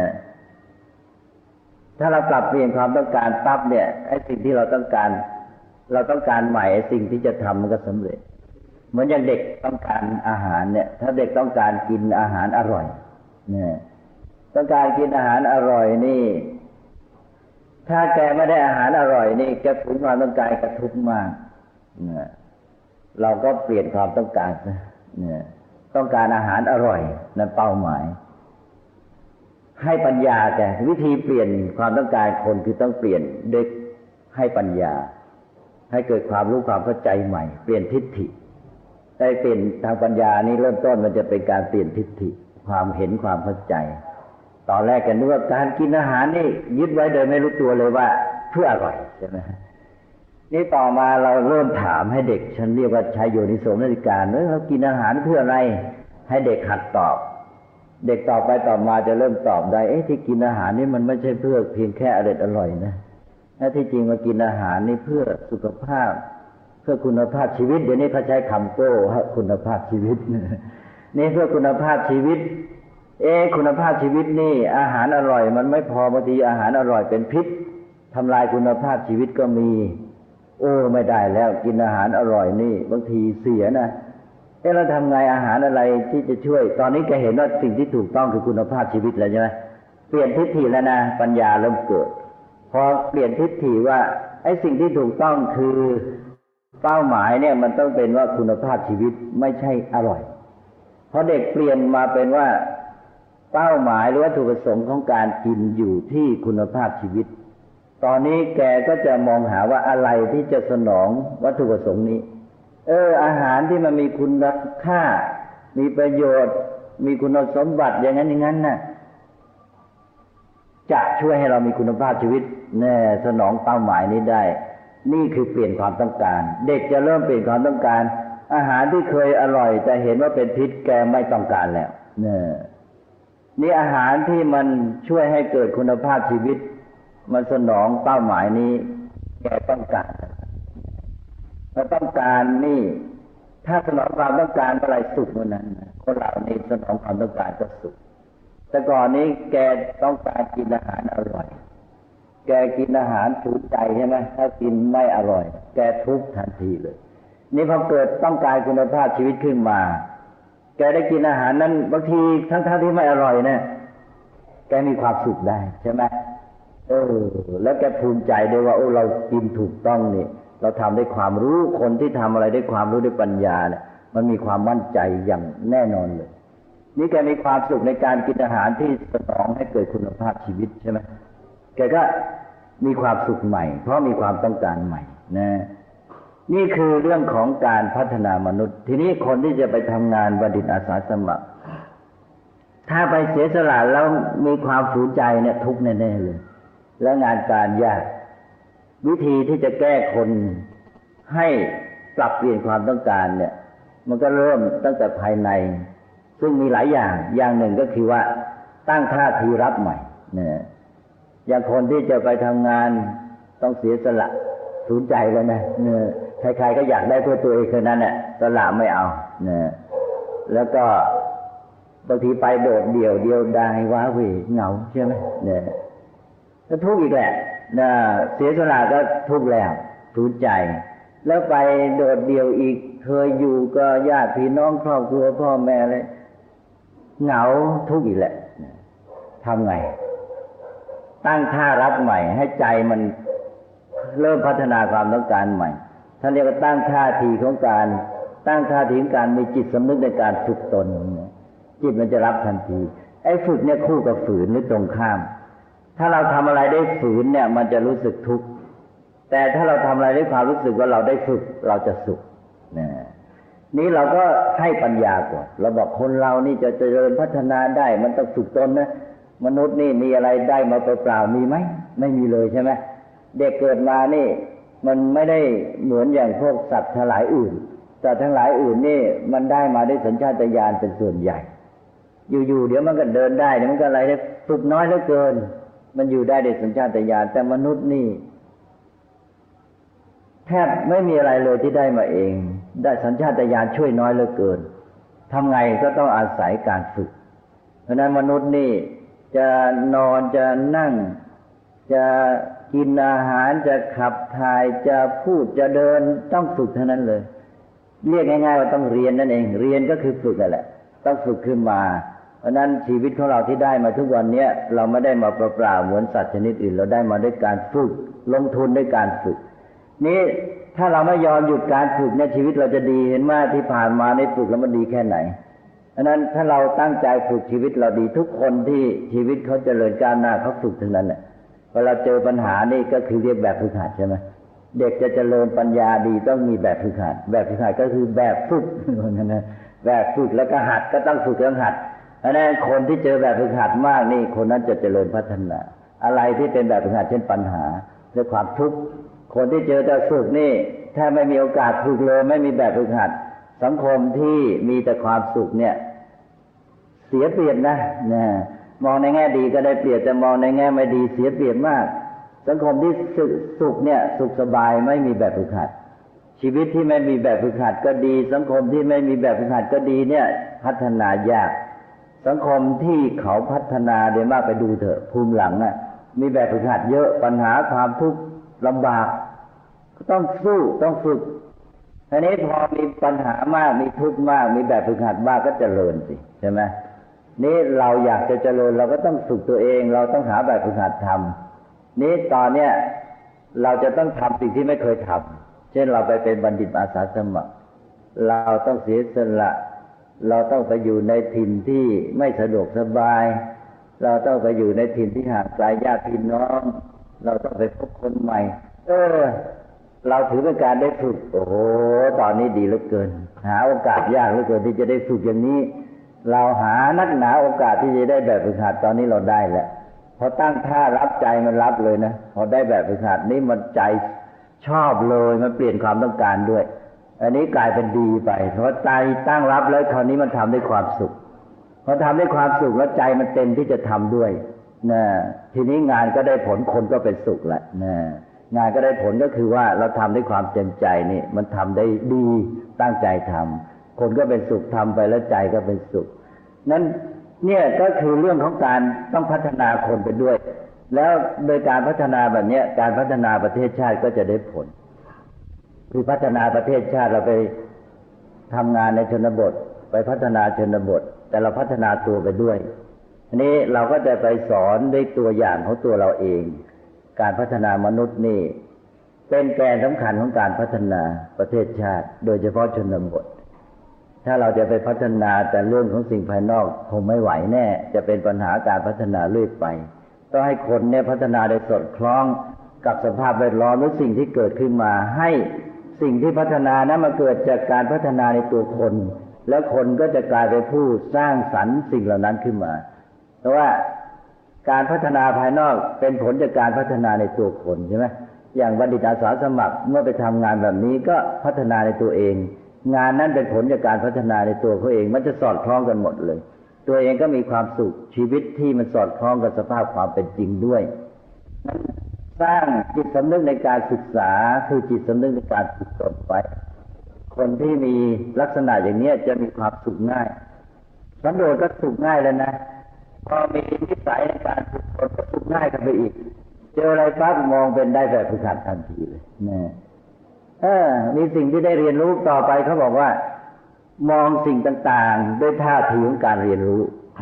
ถ้าเราปรับเปลี่ยนความต้องการปั๊บเนี่ยไอ้สิ่งที่เราต้องการเราต้องการใหม่ไอ้สิ่งที่จะทำมันก็สำเร็จเหมือนอย่างเด็กต้องการอาหารเนี่ยถ้าเด็กต้องการกินอาหารอร่อยเนี่ยต้องการกินอาหารอร่อยนี่ถ้าแกไม่ได้อาหารอร่อยนี่แกฝืนความต้องการกระทุกข์มากเนี่ยเราก็เปลี่ยนความต้องการซะเนี่ยต้องการอาหารอร่อยนั่นเป้าหมายให้ปัญญาแกวิธีเปลี่ยนความต้องการคนคือต้องเปลี่ยนเด็กให้ปัญญาให้เกิดความรู้ความเข้าใจใหม่เปลี่ยนทิฏฐิได้เปลี่ยนทางปัญญานี้เริ่มต้นมันจะเป็นการเปลี่ยนทิฏฐิความเห็นความเข้าใจตอนแรกกันนึกว่าการกินอาหารนี่ยึดไว้โดยไม่รู้ตัวเลยว่าเพื่ออร่อยใช่ไหมนี่ต่อมาเราเริ่มถามให้เด็กฉันเรียกว่าใช้โยนิโสมนสิการเออเรากินอาหารเพื่ออะไรให้เด็กหัดตอบเด็กตอบไปตอบมาจะเริ่มตอบได้เอ๊ะที่กินอาหารนี่มันไม่ใช่เพื่อเพียงแค่อร่อยอร่อยนะถ้าที่จริงมากินอาหารนี่เพื่อสุขภาพเพื่อคุณภาพชีวิตเดี๋ยวนี้เขาใช้คำโก้คุณภาพชีวิตนี่เพื่อคุณภาพชีวิตเอ๊ะคุณภาพชีวิตนี่อาหารอร่อยมันไม่พอบางทีอาหารอร่อยเป็นพิษทำลายคุณภาพชีวิตก็มีโอ้ไม่ได้แล้วกินอาหารอร่อยนี่บางทีเสียนะเอ๊ะเราทำไงอาหารอะไรที่จะช่วยตอนนี้แกเห็นว่าสิ่งที่ถูกต้องคือคุณภาพชีวิตแล้วใช่ไหมเปลี่ยนทิฏฐิแล้วนะปัญญาเริ่มเกิดพอเปลี่ยนทิฏฐิว่าไอ้สิ่งที่ถูกต้องคือเป้าหมายเนี่ยมันต้องเป็นว่าคุณภาพชีวิตไม่ใช่อร่อยพอเด็กเปลี่ยนมาเป็นว่าเป้าหมายหรือวัตถุประสงค์ของการกินอยู่ที่คุณภาพชีวิตตอนนี้แกก็จะมองหาว่าอะไรที่จะสนองวัตถุประสงค์นี้เอออาหารที่มันมีคุณค่ามีประโยชน์มีคุณสมบัติอย่างนั้นอย่างนั้นน่ะจะช่วยให้เรามีคุณภาพชีวิตแน่สนองเป้าหมายนี้ได้นี่คือเปลี่ยนความต้องการเด็กจะเริ่มเปลี่ยนความต้องการอาหารที่เคยอร่อยแต่เห็นว่าเป็นพิษแกไม่ต้องการแล้วเนี่ยนี่อาหารที่มันช่วยให้เกิดคุณภาพชีวิตมันสนองเป้าหมายนี้แกต้องการเราต้องการนี่ถ้าสนองความต้องการอะไรสุขเมื่อนั้นคนเหล่านี้สนองความต้องการก็สุขแต่ก่อนนี้แกต้องการกินอาหารอร่อยแกกินอาหารถูกใจใช่ไหมถ้ากินไม่อร่อยแกทุกข์ทันทีเลยนี่พอเกิดต้องการคุณภาพชีวิตขึ้นมาแกได้กินอาหารนั้นบางทีทั้งๆ ท, ที่ไม่อร่อยเนี่ยแกมีความสุขได้ใช่ไหมเออแล้วแกภูมิใจด้วยว่าโอ้เรากินถูกต้องนี่เราทำด้วยความรู้คนที่ทำอะไรด้วยความรู้ด้วยปัญญาเนี่ยมันมีความมั่นใจอย่างแน่นอนเลยนี่แกมีความสุขในการกินอาหารที่สนองให้เกิดคุณภาพชีวิตใช่ไหมแกก็มีความสุขใหม่เพราะมีความต้องการใหม่นะนี่คือเรื่องของการพัฒนามนุษย์ทีนี้คนที่จะไปทำงานบัณฑิตอาสาสมัครถ้าไปเสียสละแล้วมีความฝืนใจเนี่ยทุกข์แน่ๆเลยและงานการยากวิธีที่จะแก้คนให้ปรับเปลี่ยนความต้องการเนี่ยมันก็เริ่มตั้งแต่ภายในซึ่งมีหลายอย่างอย่างหนึ่งก็คือว่าตั้งท่าทีรับใหม่เนี่ยอย่างคนที่จะไปทำงานต้องเสียสละฝืนใจแล้วนะเนี่ยใครๆก็อยากได้เพื่อตัวเองแค่นั้นแหละสละไม่เอาเนี่ยแล้วก็บางทีไปโดดเดี่ยวเดียวดายว้าเหวเหงาใช่ไหมเนี่ยก็ทุกข์อีกแหละนะเสียสละก็ทุกข์แล้วฝืนใจแล้วไปโดดเดี่ยวอีกเคยอยู่ก็ญาติพี่น้องครอบครัวพ่อแม่เลยเหงาทุกข์อีกแหละทำไงตั้งท่ารับใหม่ให้ใจมันเริ่มพัฒนาความต้องการใหม่ท่านเรียกว่าตั้งท่าทีของการตั้งท่าทีของการมีจิตสำนึกในการฝึกตนจิตมันจะรับทันทีไอ้ฝึกเนี่ยคู่กับฝืนหรือตรงข้ามถ้าเราทำอะไรได้ฝืนเนี่ยมันจะรู้สึกทุกข์แต่ถ้าเราทำอะไรด้วยความรู้สึกว่าเราได้ฝึกเราจะสุขนะนี้เราก็ให้ปัญญาก่อนเราบอกคนเรานี่จะเจริญพัฒนาได้มันต้องฝึกตนนะมนุษย์นี่มีอะไรได้มาเปล่าๆมีไหมไม่มีเลยใช่ไหมเด็กเกิดมานี่มันไม่ได้เหมือนอย่างพวกสัตว์ทั้งหลายอื่นสัตว์ทั้งหลายอื่นนี่มันได้มาด้วยสัญชาตญาณเป็นส่วนใหญ่อยู่ๆเดี๋ยวมันก็เดินได้เดี๋ยวมันก็อะไรได้ฝึกน้อยเหลือเกินมันอยู่ได้ด้วยสัญชาตญาณแต่มนุษย์นี่แทบไม่มีอะไรเลยที่ได้มาเองได้สัญชาตญาณช่วยน้อยเหลือเกินทำไงก็ต้องอาศัยการฝึกเพราะนั้นมนุษย์นี่จะนอนจะนั่งจะกินอาหารจะขับถ่ายจะพูดจะเดินต้องฝึกเท่านั้นเลยเรียกง่ายๆว่าต้องเรียนนั่นเองเรียนก็คือฝึกนั่นแหละต้องฝึกขึ้นมาเพราะนั้นชีวิตของเราที่ได้มาทุกวันนี้เราไม่ได้มาเปล่าๆเหมือนสัตว์ชนิดอื่นเราได้มาด้วยการฝึกลงทุนด้วยการฝึกนี้ถ้าเราไม่ยอมหยุดการฝึกเนี่ยชีวิตเราจะดีเห็นไหมที่ผ่านมาในฝึกแล้วมันดีแค่ไหนเพราะนั้นถ้าเราตั้งใจฝึกชีวิตเราดีทุกคนที่ชีวิตเขาเจริญก้าวหน้าเขาฝึกทั้งนั้นแหละเวลาเจอปัญหานี่ก็คือเรียกแบบฝึกหัดใช่ไหมเด็กจะเจริญปัญญาดีต้องมีแบบฝึกหัดแบบฝึกหัดก็คือแบบฝึกนะแบบฝึกแล้วก็หัดก็ต้องฝึกต้องหัดเพราะนั้นคนที่เจอแบบฝึกหัดมากนี่คนนั้นจะเจริญพัฒนาอะไรที่เป็นแบบฝึกหัดเช่นปัญหาหรือความทุกข์คนที่เจอแต่ฝึกนี่ถ้าไม่มีโอกาสฝึกเลยไม่มีแบบฝึกหัดสังคมที่มีแต่ความสุขเนี่ยเสียเปรียบนะนะมองในแง่ดีก็ได้เปรียบแต่มองในแง่ไม่ดีเสียเปรียบมากสังคมที่สุขเนี่ยสุขสบายไม่มีแบบฝึกหัดชีวิตที่ไม่มีแบบฝึกหัดก็ดีสังคมที่ไม่มีแบบฝึกหัดก็ดีเนี่ยพัฒนายากสังคมที่เขาพัฒนาเดี๋ยวมากไปดูเถอะภูมิหลังน่ะมีแบบฝึกหัดเยอะปัญหาความทุกข์ลำบากก็ต้องสู้ต้องฝึกทีนี้พอมีปัญหามากมีทุกข์มากมีแบบฝึกหัดมากก็เจริญสิใช่ไหมนี่เราอยากจะเจริญเราก็ต้องฝึกตัวเองเราต้องหาแบบฝึกหัดทำนี้ตอนเนี้ยเราจะต้องทำสิ่งที่ไม่เคยทำเช่นเราไปเป็นบัณฑิตอาสาสมัครเราต้องเสียสละเราต้องไปอยู่ในถิ่นที่ไม่สะดวกสบายเราต้องไปอยู่ในถิ่นที่ห่างไกลญาติพี่น้องเราต้องไปพบคนใหม่เออเราถือเป็นการได้ฝึกโอ้โหตอนนี้ดีเหลือเกินหาโอกาสยากเหลือเกินที่จะได้ฝึกอย่างนี้เราหานักหนาโอกาสที่จะได้แบบฝึกหัดตอนนี้เราได้แล้วพอตั้งท่ารับใจมันรับเลยนะพอได้แบบฝึกหัดนี่มันใจชอบเลยมันเปลี่ยนความต้องการด้วยอันนี้กลายเป็นดีไปเพราะใจตั้งรับแล้วคราวนี้มันทำด้วยความสุขพอทำด้วยความสุขแล้วใจมันเต็มที่จะทำด้วยนะทีนี้งานก็ได้ผลคนก็เป็นสุขแหละนะงานก็ได้ผลก็คือว่าเราทำด้วยความเต็มใจนี่มันทำได้ดีตั้งใจทำคนก็เป็นสุขทำไปแล้วใจก็เป็นสุขนั้นเนี่ยก็คือเรื่องของการต้องพัฒนาคนไปด้วยแล้วโดยการพัฒนาแบบนี้การพัฒนาประเทศชาติก็จะได้ผลคือพัฒนาประเทศชาติเราไปทำงานในชนบทไปพัฒนาชนบทแต่เราพัฒนาตัวไปด้วยอันนี้เราก็จะไปสอนด้วยตัวอย่างของตัวเราเองการพัฒนามนุษย์นี่เป็นแกนสำคัญของการพัฒนาประเทศชาติโดยเฉพาะชนบทถ้าเราจะไปพัฒนาแต่เรื่องของสิ่งภายนอกคงไม่ไหวแน่จะเป็นปัญหาการพัฒนาเรื่อยไปต้องให้คนเนี่ยพัฒนาได้สอดคล้องกับสภาพแวดล้อมหรือสิ่งที่เกิดขึ้นมาให้สิ่งที่พัฒนานั้นมาเกิดจากการพัฒนาในตัวคนแล้วคนก็จะกลายเป็นผู้สร้างสรรค์สิ่งเหล่านั้นขึ้นมาเพราะว่าการพัฒนาภายนอกเป็นผลจากการพัฒนาในตัวคนใช่ไหมอย่างบัณฑิตอาสาสมัครเมื่อไปทำงานแบบนี้ก็พัฒนาในตัวเองงานนั้นเป็นผลจากการพัฒนาในตัวเขาเองมันจะสอดคล้องกันหมดเลยตัวเองก็มีความสุขชีวิตที่มันสอดคล้องกับสภาพความเป็นจริงด้วยสร้างจิตสำนึกในการศึกษาคือจิตสำนึกในการฝึกตนไปคนที่มีลักษณะอย่างนี้จะมีความสุขง่ายสันโดษก็สุขง่ายแล้วนะพอมีนิสัยในการฝึกตนก็สุขง่ายกันไปอีกเจออะไรปั๊บมองเป็นได้แบบฝึกหัดทันทีเลยนะเออมีสิ่งที่ได้เรียนรู้ต่อไปเขาบอกว่ามองสิ่งต่างๆด้วยท่าทีของการเรียนรู้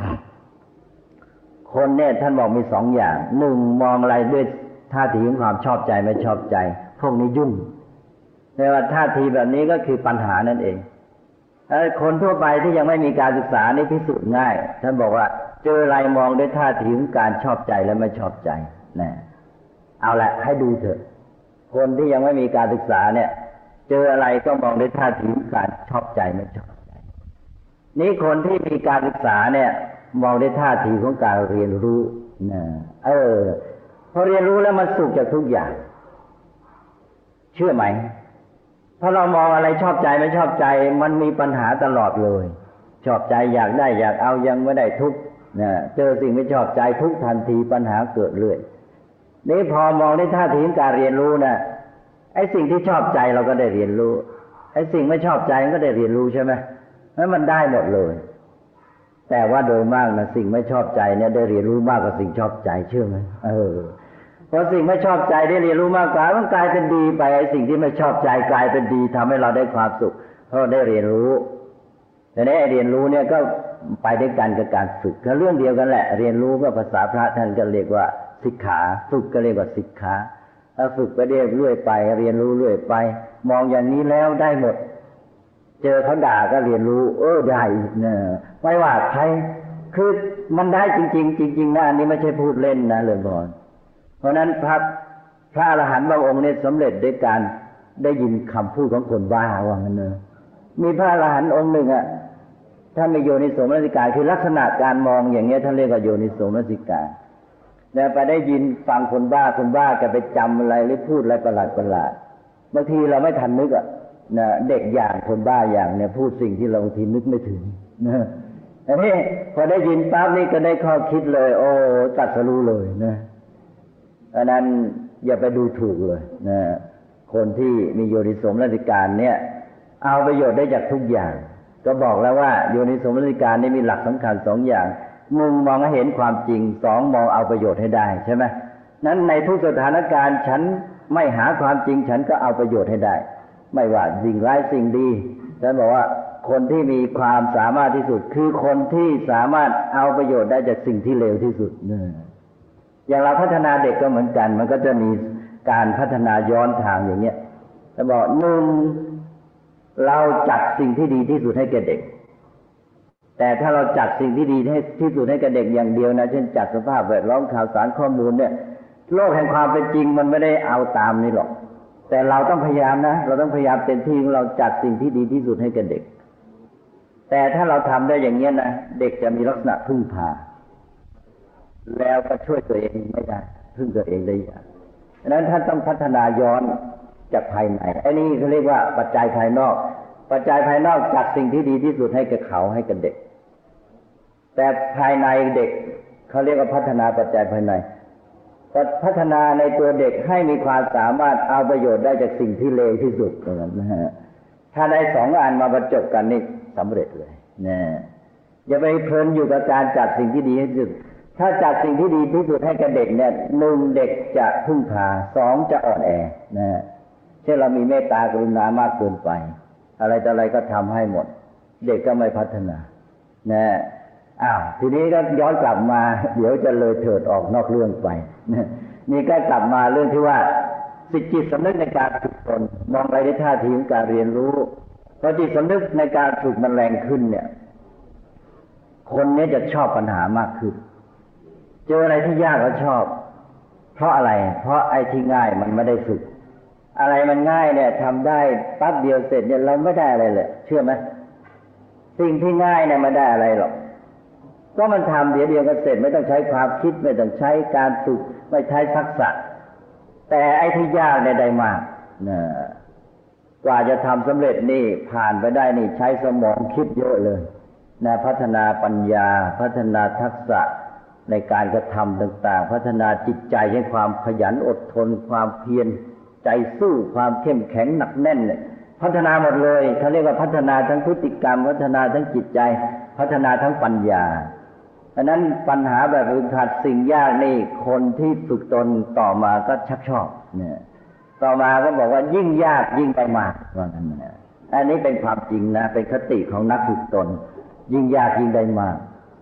คนเนี่ยท่านบอกมีสองอย่างหนึ่งมองอะไรด้วยท่าทีของความชอบใจไม่ชอบใจพวกนี้ยุ่งแต่ว่าท่าทีแบบนี้ก็คือปัญหานั่นเองคนทั่วไปที่ยังไม่มีการศึกษานี่พิสูจน์ง่ายท่านบอกว่าเจออะไรมองด้วยท่าทีของการชอบใจและไม่ชอบใจนะเอาละให้ดูเถอะคนที่ยังไม่มีการศึกษาเนี่ยเจออะไรก็มองด้วยท่าทีของการชอบใจไม่ชอบใจนี่คนที่มีการศึกษาเนี่ยมองด้วยท่าทีของการเรียนรู้นะเออพอเรียนรู้แล้วมันสุขจากทุกอย่างเชื่อไหมถ้าเรามองอะไรชอบใจไม่ชอบใจมันมีปัญหาตลอดเลยชอบใจอยากได้อยากเอายังไม่ได้ทุกข์นะเจอสิ่งไม่ชอบใจทุกทันทีปัญหาเกิดเรื่อยนี่พอมองในท่าทีของการเรียนรู้นะไอ้สิ่งที่ชอบใจเราก็ได้เรียนรู้ไอ้สิ่งไม่ชอบใจมันก็ได้เรียนรู้ใช่ไหมแล้วมันได้หมดเลยแต่ว่าโดยมากนะสิ่งไม่ชอบใจเนี่ยได้เรียนรู้มากกว่าสิ่งชอบใจเชื่อไหมเออพอสิ่งไม่ชอบใจได้เรียนรู้มากกว่ามันกลายเป็นดีไปไอ้สิ่งที่ไม่ชอบใจกลายเป็นดีทำให้เราได้ความสุขเพราะได้เรียนรู้แต่ในเรียนรู้เนี่ยก็ไปด้วยกันกับการฝึกก็เรื่องเดียวกันแหละเรียนรู้ก็ภาษาพระท่านก็เรียกว่าศิกขาฝึกก็เรียกว่าศิกขาถ้าฝึกไปเรื่อยๆไปเรียนรู้เรื่อยไปมองอย่างนี้แล้วได้หมดเจอเขาด่าก็เรียนรู้เออได้เนี่ยไม่ว่าใครคือมันได้จริงๆจริงๆนะอันนี้ไม่ใช่พูดเล่นนะเลยบอลเพราะนั้นพระพระอรหันต์บางองค์เนี่ยสำเร็จด้วยการได้ยินคำพูดของคนบ้าว่างั้นเนอะมีพระอรหันต์องค์หนึ่งอ่ะท่านมีโยนิโสมนสิการคือลักษณะการมองอย่างเงี้ยท่านเรียกว่าโยนิโสมนสิการแล้วไปได้ยินฟังคนบ้าคนบ้าแกไปจำอะไรหรือพูดอะไรประหลาดประหลาดบางทีเราไม่ทันนึกอ่ะนะเด็กอย่างคนบ้าอย่างเนี่ยพูดสิ่งที่เราบางทีนึกไม่ถึงนะอันนี้พอได้ยินปั๊บนี่ก็ได้ข้อคิดเลยโอ้ตัดสรู้เลยนะอันนั้นอย่าไปดูถูกเลยนะคนที่มีโยนิโสมนสิการเนี่ยเอาประโยชน์ได้จากทุกอย่างก็บอกแล้วว่าโยนิโสมนสิการนี่มีหลักสำคัญสองอย่างหนึ่งมองให้เห็นความจริงสองมองเอาประโยชน์ให้ได้ใช่ไหมนั้นในทุกสถานการณ์ฉันไม่หาความจริงฉันก็เอาประโยชน์ให้ได้ไม่ว่าสิ่งร้ายสิ่งดีฉันบอกว่าคนที่มีความสามารถที่สุดคือคนที่สามารถเอาประโยชน์ได้จากสิ่งที่เลวที่สุดเนี่ยอย่างเราพัฒนาเด็กก็เหมือนกันมันก็จะมีการพัฒนาย้อนทางอย่างเงี้ยฉันบอกหนึ่งเราจัดสิ่งที่ดีที่สุดให้แก่เด็กแต่ถ้าเราจัดสิ่งที่ดีที่สุดให้แก่เด็กอย่างเดียวนะเช่นจัดสภาพแวดล้อมข่าวสารข้อมูลเนี่ยโลกแห่งความเป็นจริงมันไม่ได้เอาตามนี้หรอกแต่เราต้องพยายามนะเราต้องพยายามเต็มที่เราจัดสิ่งที่ดีที่สุดให้แก่เด็กแต่ถ้าเราทำได้อย่างนี้นะเด็กจะมีลักษณะพึ่งพาแล้วก็ช่วยตัวเองไม่ได้พึ่งตัวเองได้ยากดังนั้นท่านต้องพัฒนาย้อนจากภายในไอ้นี่เขาเรียกว่าปัจจัยภายนอกปัจจัยภายนอกจัดสิ่งที่ดีที่สุดให้กับเขาให้กับเด็กแต่ภายในเด็กเขาเรียกว่าพัฒนาปัจจัยภายในพัฒนาในตัวเด็กให้มีความสามารถเอาประโยชน์ได้จากสิ่งที่เลวที่สุดนะฮะถ้าได้สองอันมาบรรจบกันนี่สำเร็จเลยนะอย่าไปเพลินอยู่กับการจัดสิ่งที่ดีที่สุดถ้าจัดสิ่งที่ดีที่สุดให้กับเด็กเนี่ยหนึ่งเด็กจะพึ่งพาสองจะอ่อนแอนะเช่นเรามีเมตตากรุณามากเกินไปอะไรต่ออะไรก็ทำให้หมดเด็กก็ไม่พัฒนานะอ้าวทีนี้ก็ย้อนกลับมาเดี๋ยวจะเลยเถิดออกนอกเรื่องไปนี่ก็กลับมาเรื่องที่ว่าสิจิตสำนึกในการฝึกตนมองอะไรในท่าทีของการเรียนรู้พอจิตสำนึกในการฝึกมันแรงขึ้นเนี่ยคนนี้จะชอบปัญหามากขึ้นเจออะไรที่ยากก็ชอบเพราะอะไรเพราะไอ้ที่ง่ายมันไม่ได้ฝึกอะไรมันง่ายเนี่ยทำได้ปั๊บเดียวเสร็จเนี่ยเราไม่ได้อะไรเลยเชื่อไหมสิ่งที่ง่ายเนี่ยไม่ได้อะไรหรอกก็มันทำเดี๋ยวเดียวก็เสร็จไม่ต้องใช้ความคิดไม่ต้องใช้การฝึกไม่ใช้ทักษะแต่ไอ้ที่ยากเนี่ยได้มากนะกว่าจะทำสำเร็จนี่ผ่านไปได้นี่ใช้สมองคิดเยอะเลยนะพัฒนาปัญญาพัฒนาทักษะในการกระทำต่างๆพัฒนาจิตใจให้ความขยันอดทนความเพียรใจสู้ความเข้มแข็งหนักแน่นเนี่ยพัฒนาหมดเลยเขาเรียกว่าพัฒนาทั้งพฤติกรรมพัฒนาทั้งจิตใจพัฒนาทั้งปัญญาเพราะนั้นปัญหาแบบอึดอัดสิ่งยากนี่คนที่ฝึกตนต่อมาก็ชักชอบเนี่ยต่อมาก็บอกว่ายิ่งยากยิ่งไปมากว่างั้นนะอันนี้เป็นความจริงนะเป็นคติของนักฝึกตนยิ่งยากยิ่งได้มากพ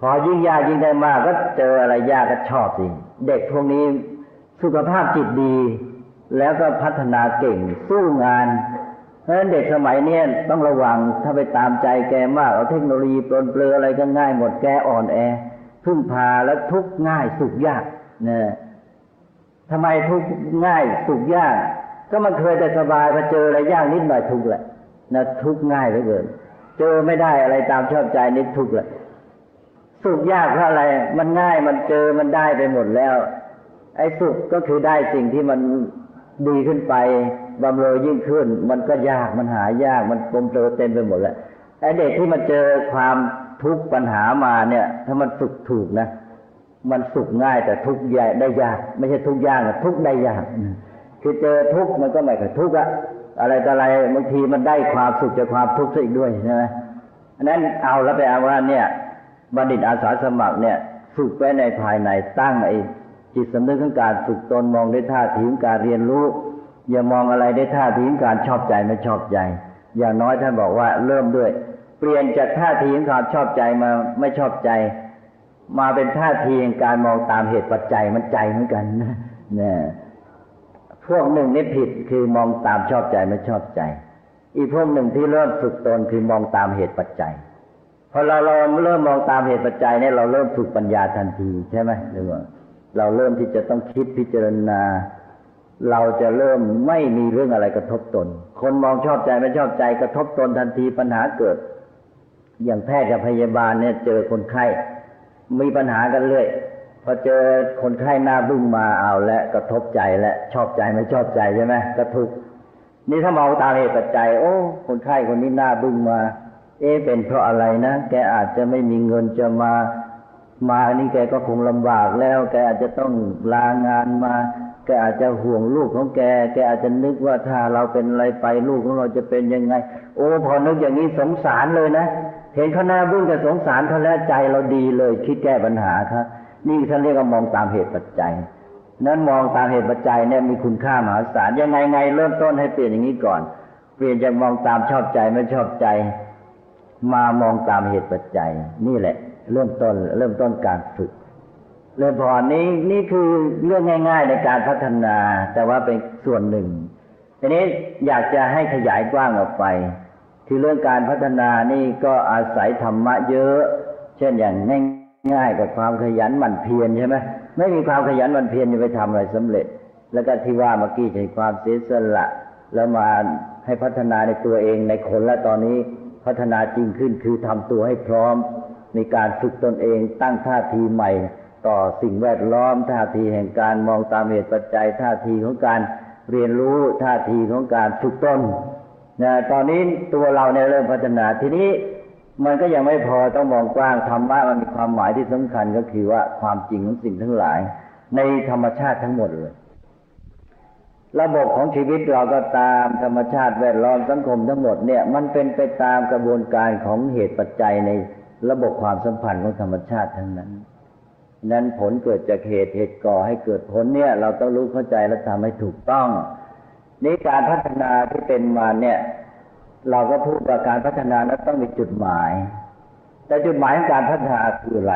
พอยิ่งยากยิ่งได้มากก็เจออะไรยากก็ชอบสิเด็กพวกนี้สุขภาพจิตดีแล้วก็พัฒนาเก่งสู้งานเพราะฉะนั้นเด็กสมัยนี้ต้องระวังถ้าไปตามใจแกมากเอาเทคโนโลยีปลนเปลืออะไรก็ง่ายหมดแกอ่อนแอพึ่งพาแล้วทุกข์ง่ายสุขยากนะทำไมทุกข์ง่ายสุขยากก็มันเคยแต่สบายพอเจออะไรยากนิดหน่อยทุกข์แหละนะทุกข์ง่ายเหลือเกินเจอไม่ได้อะไรตามชอบใจนิดทุกข์แหละสุขยากเพราะอะไรมันง่ายมันเจอมันได้ไปหมดแล้วไอ้สุขก็คือได้สิ่งที่มันดีขึ้นไปบำเรอยิ่งขึ้นมันก็ยากมันหายากมันปมเปลือเต็มไปหมดแล้วไอ้เด็กที่มันเจอความทุกข์ปัญหามาเนี่ยถ้ามันฝึกถูกนะมันสุขง่ายแต่ทุกข์ใหญ่ได้ยากไม่ใช่ทุกข์ยากแต่ทุกข์ได้ยากคือเจอทุกข์มันก็ไม่ค่อยทุกข์อะอะไรต่ออะไรบางทีมันได้ความสุขจากความทุกข์ซะอีกด้วยใช่ไหมอันนั้นเอาแล้วไปเอาว่าเนี่ยบัณฑิตอาสาสมัครเนี่ยฝึกไว้ในภายในตั้งไอ้จิตสำนึกของการฝึกตนมองด้วยท่าทีของการเรียนรู้อย่ามองอะไรด้วยท่าทีของการชอบใจไม่ชอบใจอย่างน้อยท่านบอกว่าเริ่มด้วยเปลี่ยนจากท่าทีของการชอบใจมาไม่ชอบใจมาเป็นท่าทีของการมองตามเหตุปัจจัยมันใจเหมือนกันนะเนี่ยพวกหนึ่งนี่ผิดคือมองตามชอบใจไม่ชอบใจอีกพวกหนึ่งที่เริ่มฝึกตนคือมองตามเหตุปัจจัยพอเราเราเริ่มมองตามเหตุปัจจัยเนี่ยเราเริ่มฝึกปัญญาทันทีใช่ไหมหรือว่าเราเริ่มที่จะต้องคิดพิจารณาเราจะเริ่มไม่มีเรื่องอะไรกระทบตนคนมองชอบใจไม่ชอบใจกระทบตนทันทีปัญหาเกิดอย่างแพทย์กับพยาบาลเนี่ยเจอคนไข้มีปัญหากันเรื่อยพอเจอคนไข้หน้าบึ้งมาเอาและกระทบใจและชอบใจไม่ชอบใจใช่ไหมก็ทุกข์นี่ถ้ามองตามเหตุปัจจัยโอ้คนไข้คนนี้หน้าบึ้งมาเอ๊ะเป็นเพราะอะไรนะแกอาจจะไม่มีเงินจะมามาอันนี้แกก็คงลำบากแล้วแกอาจจะต้องลางานมาแกอาจจะห่วงลูกของแกแกอาจจะนึกว่าถ้าเราเป็นอะไรไปลูกของเราจะเป็นยังไงโอ้พอนึกอย่างนี้สงสารเลยนะเห็นเขาหน้าบึ้งก็สงสารเขาแล้วใจเราดีเลยคิดแก้ปัญหาครับนี่ท่านเรียกว่ามองตามเหตุปัจจัยนั้นมองตามเหตุปัจจัยเนี่ยมีคุณค่ามหาศาลยังไงไงเริ่มต้นให้เปลี่ยนอย่างนี้ก่อนเปลี่ยนจากมองตามชอบใจไม่ชอบใจมามองตามเหตุปัจจัยนี่แหละเริ่มต้นเริ่มต้นการฝึกเริ่มพอนี้นี่คือเรื่องง่ายๆในการพัฒนาแต่ว่าเป็นส่วนหนึ่งทีนี้อยากจะให้ขยายกว้างออกไปคือเรื่องการพัฒนานี่ก็อาศัยธรรมะเยอะเช่นอย่างง่ายๆกับความขยันหมั่นเพียรใช่ไหมไม่มีความขยันหมั่นเพียรจะไปทำอะไรสำเร็จแล้วก็ที่ว่าเมื่อกี้ใช้ความเสียสละแล้วมาให้พัฒนาในตัวเองในคนและตอนนี้พัฒนาจริงขึ้นคือทำตัวให้พร้อมในการฝึกตนเองตั้งท่าทีใหม่ต่อสิ่งแวดล้อมท่าทีแห่งการมองตามเหตุปัจจัยท่าทีของการเรียนรู้ท่าทีของการฝึกตนนะตอนนี้ตัวเราเนี่ยเริ่มพัฒนาทีนี้มันก็ยังไม่พอต้องมองกว้างธรรมะมันมีความหมายที่สำคัญก็คือว่าความจริงของสิ่งทั้งหลายในธรรมชาติทั้งหมดเลยระบบของชีวิตเราก็ตามธรรมชาติแวดล้อมสังคมทั้งหมดเนี่ยมันเป็นไปตามกระบวนการของเหตุปัจจัยในระบบความสัมพันธ์ของธรรมชาติทั้งนั้นนั้นผลเกิดจากเหตุเหตุก่อให้เกิดผลเนี่ยเราต้องรู้เข้าใจและทำให้ถูกต้องนี่การพัฒนาที่เป็นมาเนี่ยเราก็พูดว่าการพัฒนานั้นต้องมีจุดหมายแต่จุดหมายของการพัฒนาคืออะไร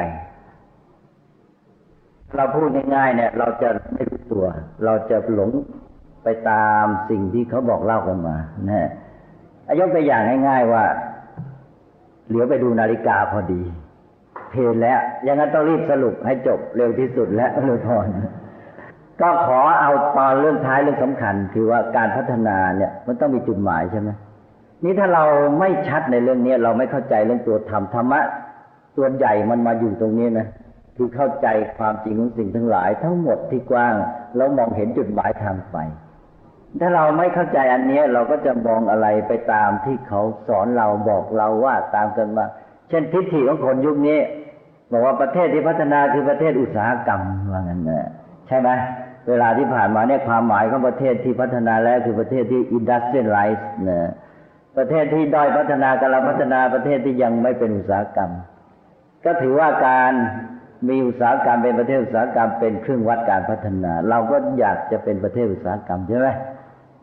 เราพูดง่ายๆเนี่ยเราจะไม่รู้ตัวเราจะหลงไปตามสิ่งที่เขาบอกเล่ากันมานะยกตัวอย่างง่ายๆว่าเหลียวไปดูนาฬิกาพอดีเพลแล้วอย่างนั้นต้องรีบสรุปให้จบเร็วที่สุดและเลยพอก็ขอเอาตอนเรื่องท้ายเรื่องสำคัญคือว่าการพัฒนาเนี่ยมันต้องมีจุดหมายใช่ไหมนี่ถ้าเราไม่ชัดในเรื่องนี้เราไม่เข้าใจเรื่องตัวธรรมธรรมะตัวใหญ่มันมาอยู่ตรงนี้นะคือเข้าใจความจริงของสิ่งทั้งหลายทั้งหมดที่กว้างแล้วมองเห็นจุดหมายทางไปถ้าเราไม่เข้าใจอันนี้เราก็จะมองอะไรไปตามที่เขาสอนเราบอกเราว่าตามกันมาเช่นทิฏฐิของคนยุคนี้บอกว่าประเทศที่พัฒนาคือประเทศอุตสาหกรรมว่างั้นนะใช่ไหมเวลาที่ผ่านมาเนี่ยความหมายของประเทศที่พัฒนาแล้วคือประเทศที่ industrialize นะประเทศที่ด้อยพัฒนากำลังพัฒนาประเทศที่ยังไม่เป็นอุตสาหกรรมก็ถือว่าการมีอุตสาหกรรมเป็นประเทศอุตสาหกรรมเป็นเครื่องวัดการพัฒนาเราก็อยากจะเป็นประเทศอุตสาหกรรมใช่ไหม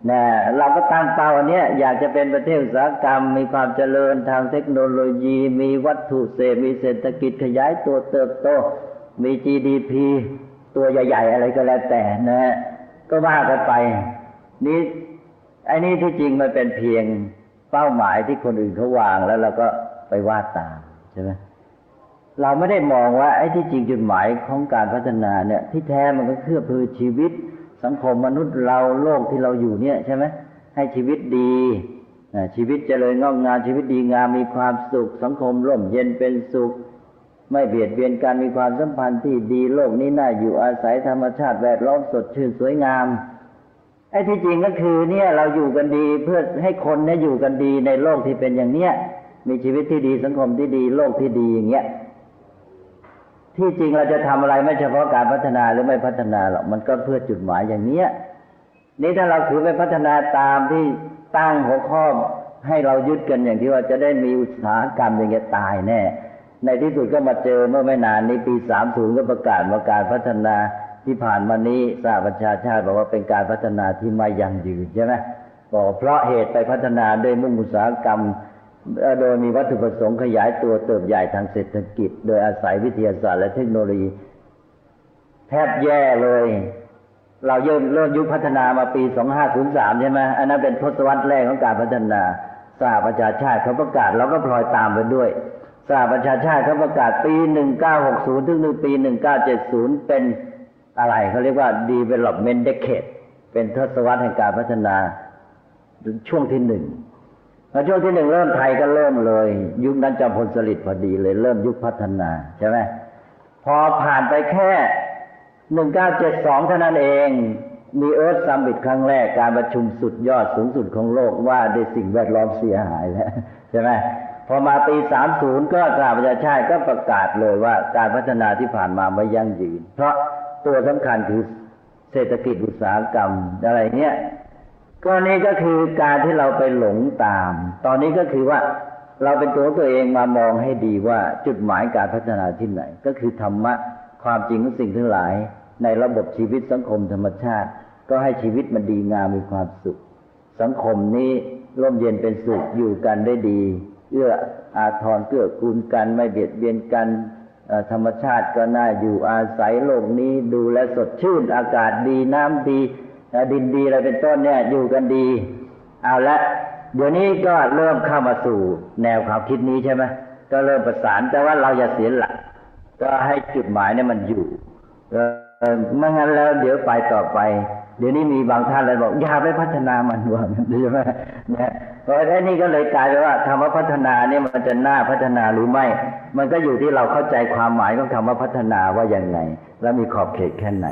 นะเราก็ตั้งเป้าอันเนี้ยอยากจะเป็นประเทศอุตสาหกรรมมีความเจริญทางเทคโนโลยีมีวัตถุเสพมีเศรษฐกิจขยายตัวเติบโตมี จี ดี พี ตัวใหญ่ๆอะไรก็แล้วแต่นะก็ว่ากันไปนี่ไอ้นี่ที่จริงมันเป็นเพียงเป้าหมายที่คนอื่นเขาวางแล้วเราก็ไปวาดตามใช่ไหมเราไม่ได้มองว่าไอ้ที่จริงจุดหมายของการพัฒนาเนี่ยที่แท้มันก็เพื่อพื้นชีวิตสังคมมนุษย์เราโลกที่เราอยู่เนี่ยใช่ไหมให้ชีวิตดีชีวิตเจริญงอกงามชีวิตดีงามมีความสุขสังคมร่มเย็นเป็นสุขไม่เบียดเบียนกันมีความสัมพันธ์ที่ดีโลกนี้น่าอยู่อาศัยธรรมชาติแวดล้อมสดชื่นสวยงามไอ้ที่จริงก็คือเนี่ยเราอยู่กันดีเพื่อให้คนเนี่ยอยู่กันดีในโลกที่เป็นอย่างเนี้ยมีชีวิตที่ดีสังคมที่ดีโลกที่ดีอย่างเงี้ยที่จริงเราจะทำอะไรไม่เฉพาะการพัฒนาหรือไม่พัฒนาหรอกมันก็เพื่อจุดหมายอย่างเนี้ยนี่ถ้าเราถือไปพัฒนาตามที่ตั้งหัวข้อให้เรายึดกันอย่างที่ว่าจะได้มีอุตสาหกรรมอย่างเงี้ยตายแน่ในที่สุดก็มาเจอเมื่อไม่นานนี้ปีสามสิบก็ประกาศว่าการพัฒนาที่ผ่านมานี้สหประชาชาติบอกว่าเป็นการพัฒนาที่ไม่ยั่งยืนใช่ไหมบอกเพราะเหตุไปพัฒนาโดยมุ่งอุตสาหกรรมโดยมีวัตถุประสงค์ขยายตัวเติบใหญ่ทางเศรษฐกิจโดยอาศัยวิทยาศาสตร์และเทคโนโลยีแทบแย่เลยเราเริ่มเริ่มยุคพัฒนามาปีสองพันห้าร้อยสามใช่ไหมอันนั้นเป็นทศวรรษแรกของการพัฒนาสหประชาชาติเขาประกาศเราก็พลอยตามไปด้วยสหประชาชาติเขาประกาศปีหนึ่งพันเก้าร้อยหกสิบถึงปีหนึ่งพันเก้าร้อยเจ็ดสิบเป็นอะไรเขาเรียกว่า development decade เป็นทศวรรษแห่งการพัฒนาช่วงที่หนึ่งแล้วช่วงที่หนึ่งเริ่มไทยก็เริ่มเลยยุคนั้นจอมพลสฤษดิ์พอดีเลยเริ่มยุคพัฒนาใช่ไหมพอผ่านไปแค่หนึ่งพันเก้าร้อยเจ็ดสิบสองเท่านั้นเองมีเอิร์ธซัมมิตครั้งแรกการประชุมสุดยอดสูงสุดของโลกว่าด้วยสิ่งแวดล้อมเสียหายแล้วใช่ไหมพอมาปีสามสิบก็สหประชาชาติก็ประกาศเลยว่าการพัฒนาที่ผ่านมาไม่ยั่งยืนเพราะตัวสำคัญคือเศรษฐกิจอุตสาหกรรมอะไรเนี้ยก็นี่ก็คือการที่เราไปหลงตามตอนนี้ก็คือว่าเราเป็นตัวตัวเองมามองให้ดีว่าจุดหมายการพัฒนาที่ไหนก็คือธรรมะความจริงของสิ่งทั้งหลายในระบบชีวิตสังคมธรรมชาติก็ให้ชีวิตมันดีงามมีความสุขสังคมนี้ร่มเย็นเป็นสุขอยู่กันได้ดีเอื้ออาทรเกื้อกูลกันไม่เบียดเบียนกันธรรมชาติก็น่าอยู่อาศัยโลกนี้ดูแลสดชื่นอากาศดีน้ำดีดินดีอะไรเป็นต้นเนี่ยอยู่กันดีเอาละเดี๋ยวนี้ก็เริ่มเข้ามาสู่แนวความคิดนี้ใช่ไหมก็เริ่มประสานแต่ว่าเราอย่าเสียหลักก็ให้จุดหมายเนี่ยมันอยู่ไม่งั้นแล้วเดี๋ยวไปต่อไปเดี๋ยวนี้มีบางท่านเลยบอกอย่าไปพัฒนามันว่าใช่ไหมเนี่ยเพราะฉะนั้นนี่ก็เลยกลายเป็นว่าคำว่าพัฒนาเนี่ยมันจะน่าพัฒนาหรือไม่มันก็อยู่ที่เราเข้าใจความหมายของคำว่าพัฒนาว่าอย่างไงและมีขอบเขตแค่ไหน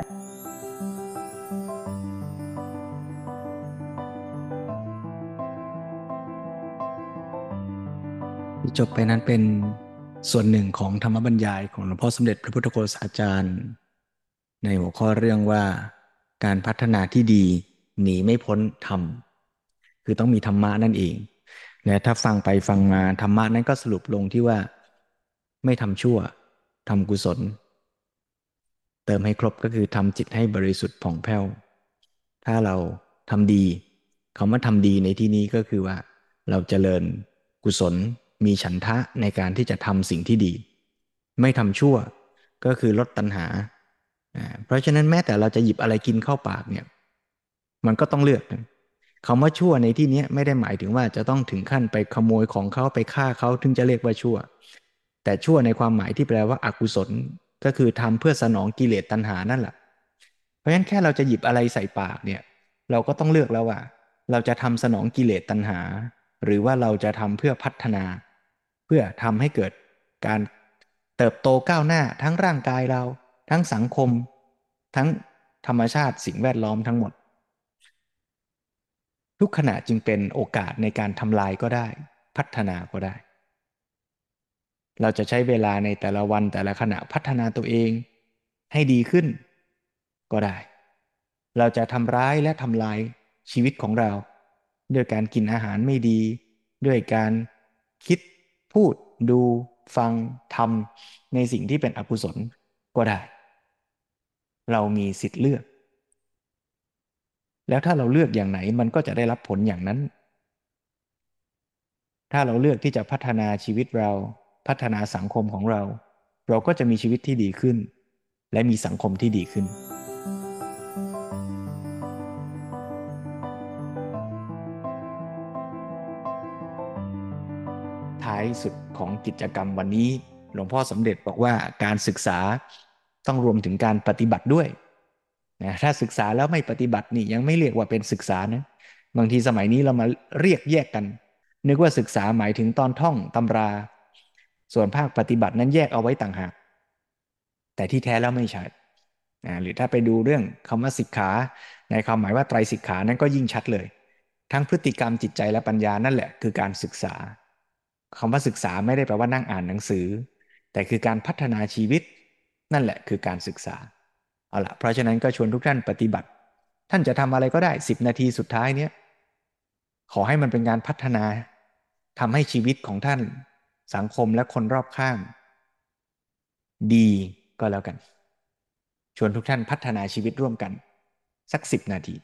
ที่จบไปนั้นเป็นส่วนหนึ่งของธรรมบรรยายของหลวงพ่อสมเด็จพระพุทธโฆษาจารย์ในหัวข้อเรื่องว่าการพัฒนาที่ดีหนีไม่พ้นธรรมคือต้องมีธรรมะนั่นเองและถ้าฟังไปฟังมาธรรมะนั้นก็สรุปลงที่ว่าไม่ทำชั่วทำกุศลเติมให้ครบก็คือทำจิตให้บริสุทธิ์ผ่องแผ้วถ้าเราทำดีคำว่าทำดีในที่นี้ก็คือว่าเราเจริญกุศลมีฉันทะในการที่จะทำสิ่งที่ดีไม่ทำชั่วก็คือลดตัณหาเพราะฉะนั้นแม้แต่เราจะหยิบอะไรกินเข้าปากเนี่ยมันก็ต้องเลือกคำว่าชั่วในที่นี้ไม่ได้หมายถึงว่าจะต้องถึงขั้นไปขโมยของเขาไปฆ่าเขาถึงจะเรียกว่าชั่วแต่ชั่วในความหมายที่แปลว่าอกุศลก็คือทำเพื่อสนองกิเลสตัณหานั่นแหละเพราะฉะนั้นแค่เราจะหยิบอะไรใส่ปากเนี่ยเราก็ต้องเลือกแล้วว่าเราจะทำสนองกิเลสตัณหาหรือว่าเราจะทำเพื่อพัฒนาเพื่อทำให้เกิดการเติบโตก้าวหน้าทั้งร่างกายเราทั้งสังคมทั้งธรรมชาติสิ่งแวดล้อมทั้งหมดทุกขณะจึงเป็นโอกาสในการทำลายก็ได้พัฒนาก็ได้เราจะใช้เวลาในแต่ละวันแต่ละขณะพัฒนาตัวเองให้ดีขึ้นก็ได้เราจะทำร้ายและทำลายชีวิตของเราด้วยการกินอาหารไม่ดีด้วยการคิดพูดดูฟังทำในสิ่งที่เป็นอกุศลก็ได้เรามีสิทธิ์เลือก
แล้วถ้าเราเลือกอย่างไหนมันก็จะได้รับผลอย่างนั้น ถ้าเราเลือกที่จะพัฒนาชีวิตเราพัฒนาสังคมของเรา เราก็จะมีชีวิตที่ดีขึ้น และมีสังคมที่ดีขึ้น ท้ายสุดของกิจกรรมวันนี้หลวงพ่อสมเด็จบอกว่าการศึกษาต้องรวมถึงการปฏิบัติด้วยนะถ้าศึกษาแล้วไม่ปฏิบัตินี่ยังไม่เรียกว่าเป็นศึกษานะบางทีสมัยนี้เรามาเรียกแยกกันนึกว่าศึกษาหมายถึงตอนท่องตำราส่วนภาคปฏิบัตินั้นแยกเอาไว้ต่างหากแต่ที่แท้แล้วไม่ใช่นะหรือถ้าไปดูเรื่องคำว่าสิกขาในความหมายว่าไตรสิกขานั้นก็ยิ่งชัดเลยทั้งพฤติกรรมจิตใจและปัญญานั่นแหละคือการศึกษาคำว่าศึกษาไม่ได้แปลว่านั่งอ่านหนังสือแต่คือการพัฒนาชีวิตนั่นแหละคือการศึกษาเอาละเพราะฉะนั้นก็ชวนทุกท่านปฏิบัติท่านจะทำอะไรก็ได้สิบนาทีสุดท้ายเนี้ยขอให้มันเป็นการพัฒนาทำให้ชีวิตของท่านสังคมและคนรอบข้างดีก็แล้วกันชวนทุกท่านพัฒนาชีวิตร่วมกันสักสิบนาที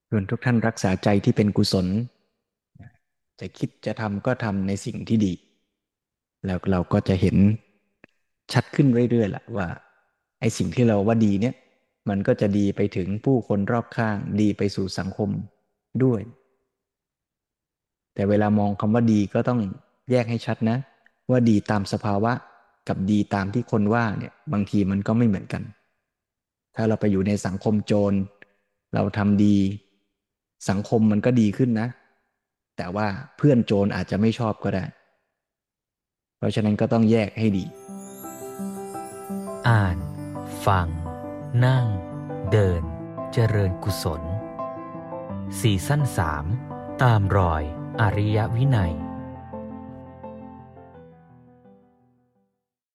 ส่วนทุกท่านรักษาใจที่เป็นกุศลจะคิดจะทำก็ทำในสิ่งที่ดี แล้วเราก็จะเห็นชัดขึ้นเรื่อยๆแหละว่าไอ้สิ่งที่เราว่าดีเนี่ยมันก็จะดีไปถึงผู้คนรอบข้างดีไปสู่สังคมด้วย แต่เวลามองคำว่าดีก็ต้องแยกให้ชัดนะว่าดีตามสภาวะกับดีตามที่คนว่าเนี่ยบางทีมันก็ไม่เหมือนกัน ถ้าเราไปอยู่ในสังคมโจรเราทำดีสังคมมันก็ดีขึ้นนะ แต่ว่าเพื่อนโจรอาจจะไม่ชอบก็ได้ เพราะฉะนั้นก็ต้องแยกให้ดี
อ่าน ฟัง นั่ง เดิน เจริญกุศลซีซั่นสามตามรอยอริยวินัย